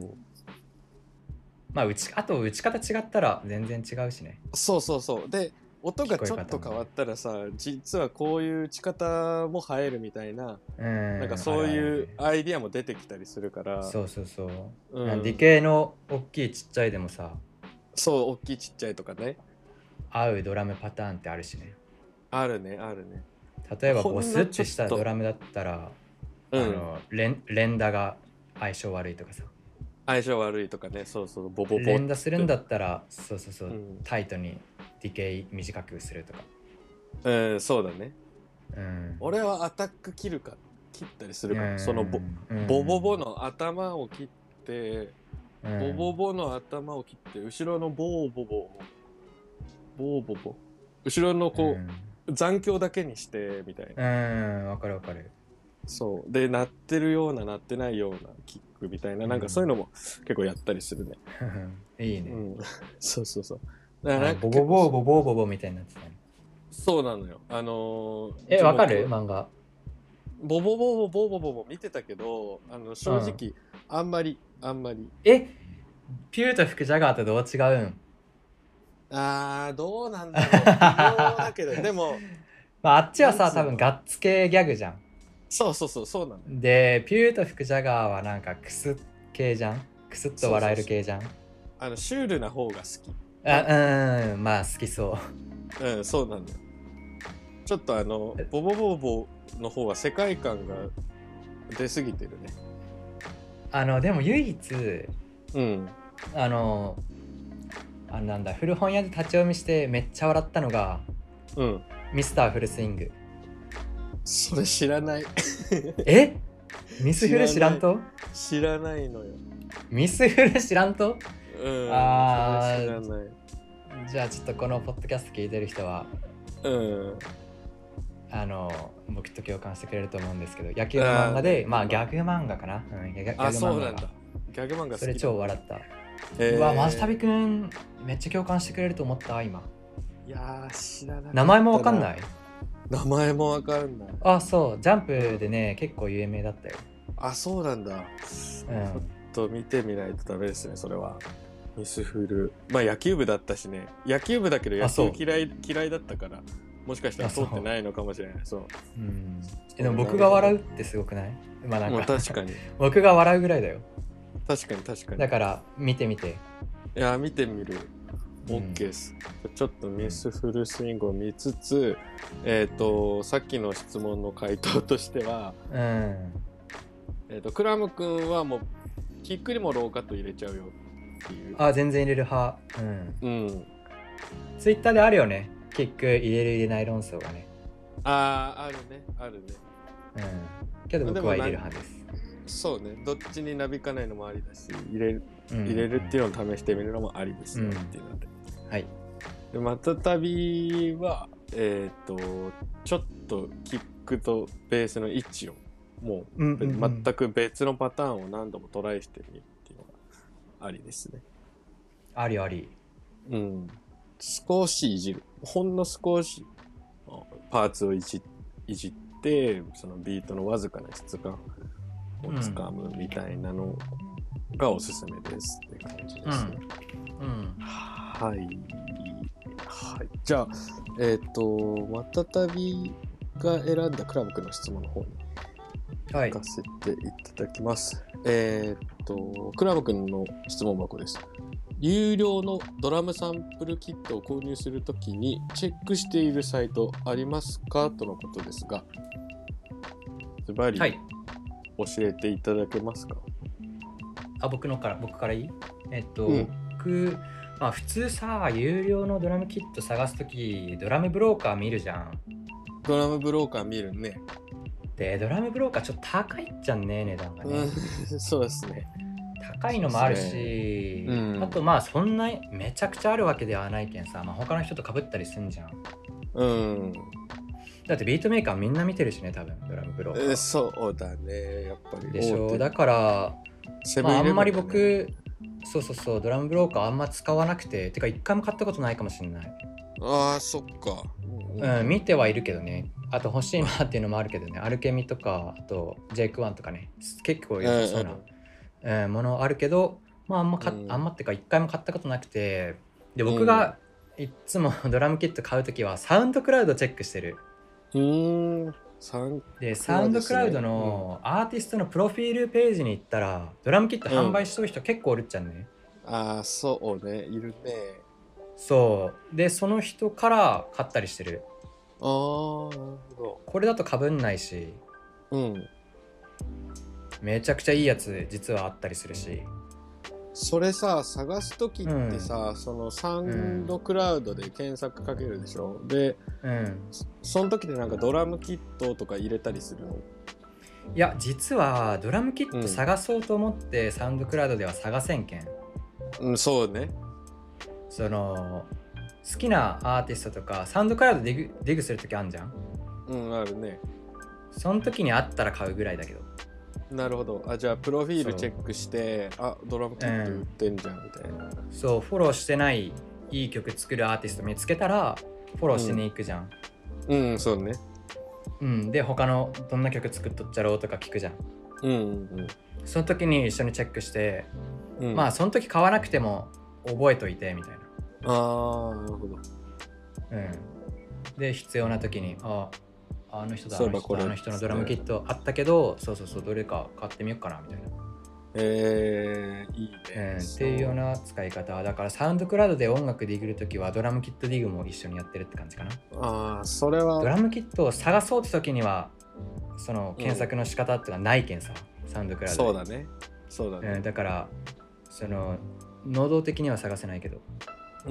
まあ打ちあと打ち方違ったら全然違うしね。 そうそうそうで音がちょっと変わったらさ、実はこういう打ち方も映えるみたいな、うん、なんかそういうアイディアも出てきたりするから。 そうそうそう、うん、ディケイの大きいちっちゃいでもさ、 そう大きいちっちゃいとかね合うドラムパターンってあるしね。 あるねあるね。 例えばボスってしたドラムだったら、うん、あの連連打が相性悪いとかさ、 相性悪いとかね。そうそうボボボ連打するんだったらそうそうそう、うん、タイトにディケイ短くするとか。 うんそうだね、 うん、 俺はアタック切るか切ったりするから、うん、その ボ,、うん、ボボボの頭を切って、うん、ボボボの頭を切って後ろのボーボボボーボボ後ろのこう、うん、残響だけにしてみたいな。 うんわかるわかる。 そうで鳴ってるような鳴ってないようなキックみたいな、うん、なんかそういうのも結構やったりするね。 いいね、 うん、そうそうそう。 だからボボボボボボボみたいになってたね。 そうなのよ。あのー、 えわかる漫画ボボボボボボボボ見てたけど、あの正直、うん、あんまりあんまり。 えピューとフクジャガーとどう違うん？ あーどうなんだろう。微妙だけどでも、 まあ、あっちはさ多分ガッツ系ギャグじゃん。 そうそうそうそうなの。 でピューとフクジャガーはなんかクス系じゃん。クスッと笑える系じゃん。 そうそうそう、あのシュールな方が好き。 あうんまあ好きそう。 うんそうなんだよ。ちょっとあのボボボボの方は世界観が出すぎてるね。 あのでも唯一、 うん、 あのあなんだ古本屋で立ち読みしてめっちゃ笑ったのが、 うん、 ミスターフルスイング。 それ知らないえミスフル知らんと？ 知らないのよ。 ミスフル知らんと？ うんあ知らない。 じゃあちょっとこのポッドキャスト聞いてる人はうんあの僕と共感してくれると思うんですけど、野球の漫画でまあギャグ漫画かな、うん、ギャグ漫画。 あそうなんだ。ギャグ漫画好きだ。 それ超笑った。えー、うわマジ旅くんめっちゃ共感してくれると思った今。 いや知らなかったな。 名前もわかんない？ 名前もわかんない。 あそうジャンプでね結構有名だったよ。 あそうなんだ、うん、ちょっと見てみないとダメですねそれは。ミスフルまあ野球部だったしね。野球部だけど野球嫌い嫌いだったからもしかしたら通ってないのかもしれない。そう、うん、 でも僕が笑うってすごくない？まあなんか確かに僕が笑うぐらいだよ。 確かに確かに。 だから見てみて。 いや見てみる。 OK です、うん、ちょっとミスフルスイングを見つつ、えっとさっきの質問の回答としては、うん、えっとクラム君はもうキックにもローカット入れちゃうよっていう。 あ全然入れる派。うん、うん、ツイッターであるよねキック入れる入れない論争がね。 あああるねあるね。 うん、けど僕は入れる派です。 そうね、どっちになびかないのもありだし、入れる、 うん、 入れるっていうのを試してみるのもありですよっていうので、 うん、はい。 でまたたびはえっ、ー、とちょっとキックとベースの位置をもう、うんうんうん、全く別のパターンを何度もトライしてみるっていうのがありですね。 ありあり。 うん。少しいじる。ほんの少しパーツをいじ、いじって、そのビートのわずかな質感をつかむみたいなのがおすすめですって感じですね。 うん。うん、 はい。はい。じゃあ、えっ、ー、と、またたびが選んだクラブ君の質問の方に行かせていただきます。はい、えっ、ー、と、クラブ君の質問箱です。有料のドラムサンプルキットを購入するときにチェックしているサイトありますかとのことですが、ズバリ教えていただけますか？ あ、僕のから僕からいい？えっと、うん、僕、まあ、普通さ、有料のドラムキット探すときドラムブローカー見るじゃん。 ドラムブローカー見るね。 で、ドラムブローカーちょっと高いっちゃんね、値段がね。 うん、そうですね。 高いのもあるし、うん、あとまあそんなめちゃくちゃあるわけではないけんさ、まあ、他の人と被ったりすんじゃん。 うん。 だってビートメーカーみんな見てるしね、多分ドラムブローカー。 えー、そうだね、やっぱり。 でしょ。だから、まあ、あんまり僕、そうそうそう、ドラムブローカーあんま使わなくて、てか一回も買ったことないかもしれない。 ああ、そっか。 うん、見てはいるけどね。あと欲しいなっていうのもあるけどね、アルケミとか、あとジェイクワンとかね、結構良さそうな。うんえー、ものあるけど、まああんまか、うん、あんまってか一回も買ったことなくて、で僕がいつもドラムキット買うときはサウンドクラウドチェックしてる。 うーん。サウンでサウンドクラウドのアーティストのプロフィールページに行ったら、ドラムキット販売しとる人結構おるっちゃんね。 うん、ああ、そうね、いるね。 そうでその人から買ったりしてる。 ああ、なるほど。 これだと被んないし、 うん。 めちゃくちゃいいやつ実はあったりするし。 それさ、探すときってさ、うん、そのサウンドクラウドで検索かけるでしょ、うん、で、うん、その時でなんかドラムキットとか入れたりするの？ いや、実はドラムキット探そうと思ってサウンドクラウドでは探せんけん。 うん、そうね。 その好きなアーティストとかサウンドクラウドでディグ、ディグするときあるじゃん。 うん、あるね。 その時にあったら買うぐらいだけど。 なるほど。あ、じゃあプロフィールチェックして、あ、ドラムキット売ってんじゃんみたいな、 うん、そう、フォローしてないいい曲作るアーティスト見つけたらフォローしに行くじゃん。 うん、うん、そうね。 うん、で他のどんな曲作っとっちゃろうとか聞くじゃん。 うんうんうん。 その時に一緒にチェックして、うん、まあその時買わなくても覚えといてみたいな。 ああ、なるほど。 うん。で必要な時に、ああの人だ、あの人だ、あの人のドラムキットあったけど、そうそうそう、どれか買ってみようかなみたいな。 えー、いいね、 うん、っていうような使い方だから、サウンドクラウドで音楽ディグるときはドラムキットディグも一緒にやってるって感じかな。 ああ、それはドラムキットを探そうって時にはその検索の仕方ってのはないけんさ、うん、サウンドクラウド。 そうだね、そうだね、 うん、だからその能動的には探せないけど、 うん、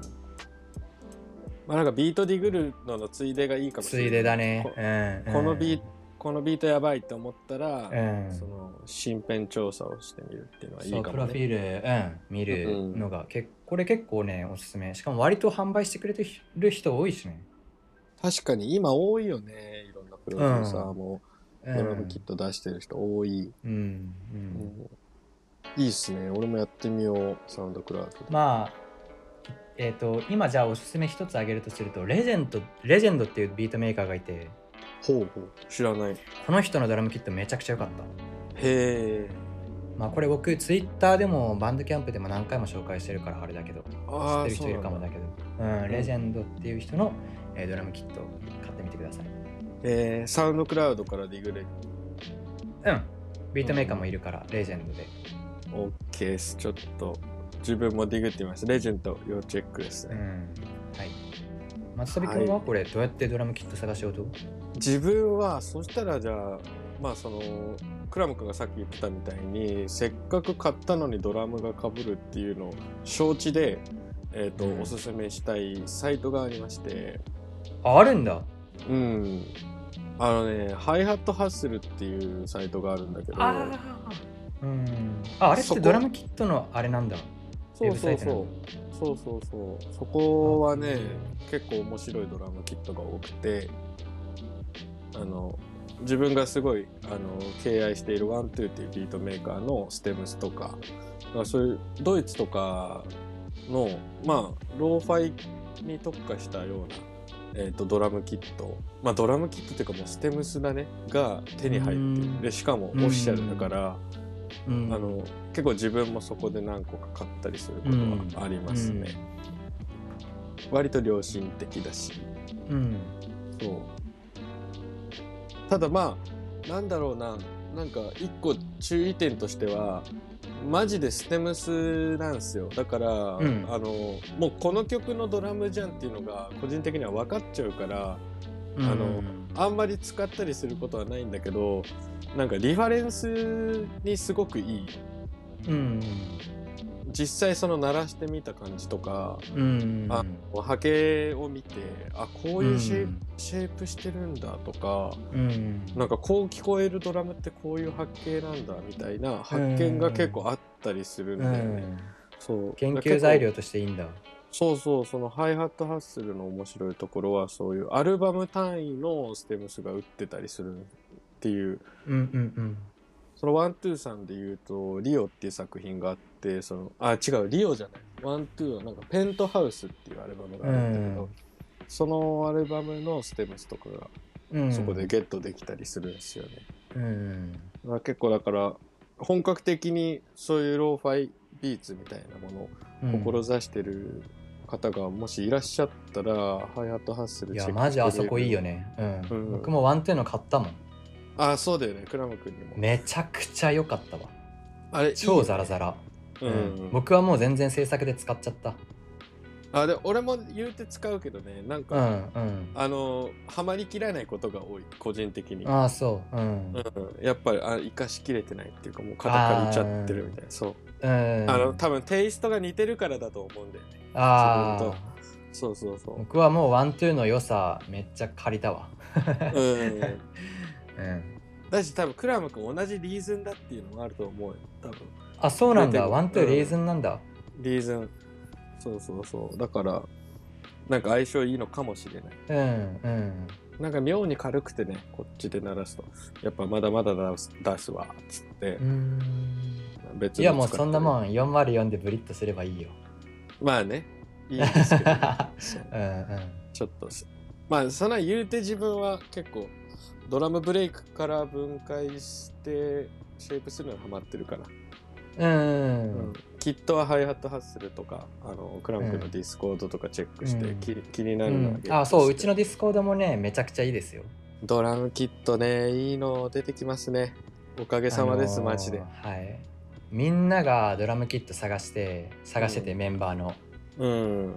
まあなんかビートディグるののついでがいいかもしれない。 ついでだね。 こ、 うん、 このビートこのビートやばいって思ったら、 うん、 その身辺調査をしてみるっていうのはいいかもね。 そう、プロフィール、うん、見るのが、うん、これ結構ねおすすめ。しかも割と販売してくれてる人多いしね。確かに今多いよね、いろんなプロデューサーも、うん、ドラムキット出してる人多い。 うんうんうん、 いいっすね。俺もやってみよう、サウンドクラウド。 まあえーと、今じゃあおすすめ一つ挙げるとすると、レジェンドレジェンドっていうビートメーカーがいて。 ほうほう、知らない。 この人のドラムキットめちゃくちゃ良かった。 へえ。 まあこれ僕ツイッターでもバンドキャンプでも何回も紹介してるからあれだけど、知ってる人いるかもだけど、うん、レジェンドっていう人の、えー、ドラムキット買ってみてください。 えー、サウンドクラウドからディグれる？ うん、ビートメーカーもいるから、レジェンドで。 オッケーです。ちょっと自分もディグってみます。レジェンド要チェックですね。 うん、はい。松旅君はこれどうやってドラムキット探しようと？ 自分はそしたらじゃあまあそのクラム君がさっき言ってたみたいに、せっかく買ったのにドラムが被るっていうのを承知で、えーとうん、おすすめしたいサイトがありまして。 あ、あるんだ。 うん。 あのね、ハイハットハッスルっていうサイトがあるんだけど、 あーうんああれっそこてドラムキットのあれなんだ。 そうそうウェブサイトなんそうだ。 そうそうそうそこはね結構面白いドラムキットが多くて、あの自分がすごいあの敬愛しているワントゥーっていうビートメーカーのステムスとか、だからそういうドイツとかのまあローファイに特化したような、えー、とドラムキット、まあドラムキットっていうかもうステムスだねが手に入っている。でしかもオフィシャルだから、 うんあの結構自分もそこで何個か買ったりすることはありますね、うん、割と良心的だし、 うん、 そうただまあなんだろうな、なんか一個注意点としてはマジでステムスなんですよ。だから、うん、あのもうこの曲のドラムじゃんっていうのが個人的には分かっちゃうから、うん、あのあんまり使ったりすることはないんだけど、なんかリファレンスにすごくいい、うん、実際その鳴らしてみた感じとか、うん、あ波形を見てあこういうシェイプ、うん、シェイプしてるんだとか、うん、なんかこう聞こえるドラムってこういう波形なんだみたいな発見が結構あったりするんだよね、うん、 そう研究材料としていいんだ。 そうそう、そのハイハットハッスルの面白いところはそういうアルバム単位のステムスが打ってたりするっていう、うんうんうん、そのワントゥーさんで言うとリオっていう作品があって、そのあ違うリオじゃないワントゥーはなんかペントハウスっていうアルバムがあるんだけど、うん、そのアルバムのステムスとかがそこでゲットできたりするんですよね、うんうん、結構だから本格的にそういうローファイビーツみたいなものを志してる方がもしいらっしゃったら、うん、ハイハットハッスルチェックしてみる。いやマジあそこいいよね、うんうん、僕もワントゥーの買ったもん。 あそうだよね、クラム君にもめちゃくちゃ良かったわ。あれ超ザラザラ、いいね、うんうん、僕はもう全然制作で使っちゃった。 あで俺も言うて使うけどね、なんか、うんうん、あのハマりきらないことが多い個人的に。 あそう、うんうん、やっぱりあ生かしきれてないっていうかもう肩借りちゃってるみたいな。そう、うん、あの多分テイストが似てるからだと思うんだよね。あ自分とそうそうそう。 僕はもうワントゥーの良さめっちゃ借りたわ。うん、うん、 だし多分クラム君同じリーズンだっていうのもあると思うよ多分。 あそうなんだ、ワントゥーリーズンなんだ、 うん、リーズンそうそうそう、だからなんか相性いいのかもしれない。うんうん。なんか妙に軽くてね、こっちで鳴らすとやっぱまだまだ出す、出すわっつって。うん。 別にいやもうそんなもんよんまるよんでブリッとすればいいよ。 まあね、いいですけど、ねうんうん、ちょっとまあそんな言うて自分は結構ドラムブレイクから分解してシェイプするのにハマってるから。うん、うん、きっとはハイハットハッスルとかあのクラム君のディスコードとかチェックして、うん、気, 気になるのは、 うん、あそううちのディスコードもねめちゃくちゃいいですよ。 ドラムキットねいいの出てきますね、おかげさまです、あのー、マジで。 はいみんながドラムキット探して探してて、うん、メンバーの、うん、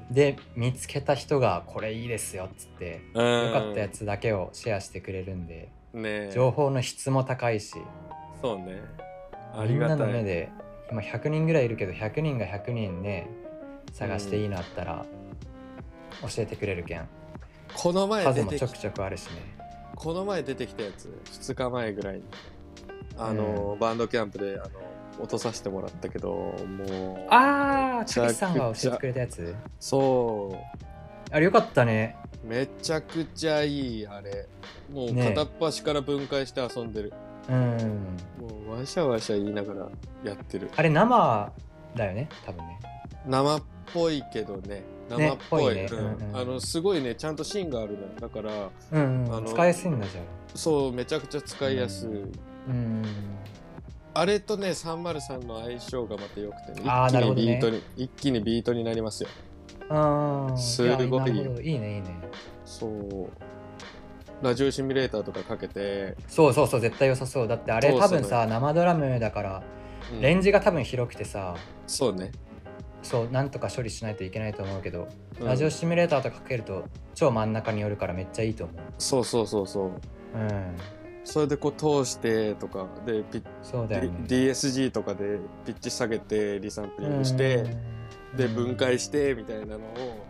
で見つけた人がこれいいですよっつって、うん、よかったやつだけをシェアしてくれるんで、ね、情報の質も高いし、 そうね、 ありがたい。みんなの目で今ひゃくにんぐらいいるけどひゃくにんがひゃくにんね探していいのあったら教えてくれるけん、うん、 この前数もちょくちょくあるしね。 この前出てきたやつふつかまえぐらいにあの、うん、バンドキャンプであの落とさせてもらったけど、もうああチャキさんが教えてくれたやつ。 そうあれよかったね、 めちゃくちゃいい。あれもう片っ端から分解して遊んでる、ね、うん、もうワシャワシャ言いながらやってる。 あれ生だよね多分ね。 生っぽいけどね、生っぽい、ねぽいね、うんうん、あのすごいねちゃんと芯があるのよ。だから、 うんうん、あの使いやすいんだじゃあ。 そうめちゃくちゃ使いやすい、うんうん、あれとねさんまるさんの相性がまた良くてね、一気にビートに、ね、一気にビートになりますよ。あすごいいいよ。 いいねいいね。 そうラジオシミュレーターとかかけて。 そうそうそう絶対良さそう。だってあれ多分さ生ドラムだから、うん、レンジが多分広くてさ、 そうね、 そうなんとか処理しないといけないと思うけど、うん、ラジオシミュレーターとかかけると超真ん中に寄るからめっちゃいいと思う。そうそうそうそう、うん、それでこう通してとかでピッそうだよ、ね、 ディーエスジー とかでピッチ下げてリサンプリングして、うん、で分解してみたいなのを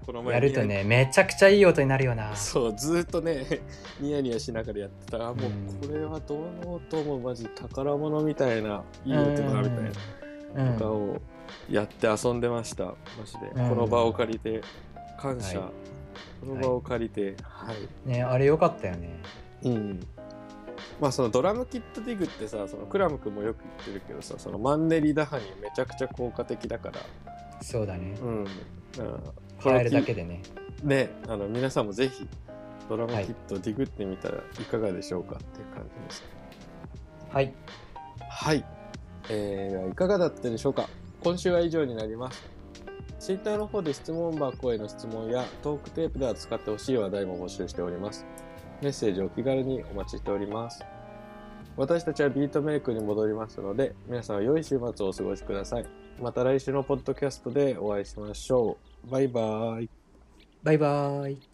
この前やるとねめちゃくちゃいい音になるよな。 そうずーっとねニヤニヤしながらやってた。あもうこれはどの音もマジ宝物みたいないい音だみたいなとかをやって遊んでましたマジで、うん、この場を借りて感謝、はい、この場を借りてはい、はい、 ねあれよかったよね。 うんまあそのドラムキットディグってさ、そのクラム君もよく言ってるけどさ、そのマンネリ打破にめちゃくちゃ効果的だから。 そうだね。 うん。 変えるだけでね。 ね、あの皆さんもぜひドラムキットディグってみたらいかがでしょうかっていう感じです。 はい。 はい。えー、いかがだったでしょうか。今週は以上になります。ツイッターの方で質問箱への質問やトークテープで扱ってほしい話題も募集しております。メッセージを気軽にお待ちしております。私たちはビートメイクに戻りますので、皆さんは良い週末をお過ごしください。また来週のポッドキャストでお会いしましょう。バイバーイ。 バイバーイ。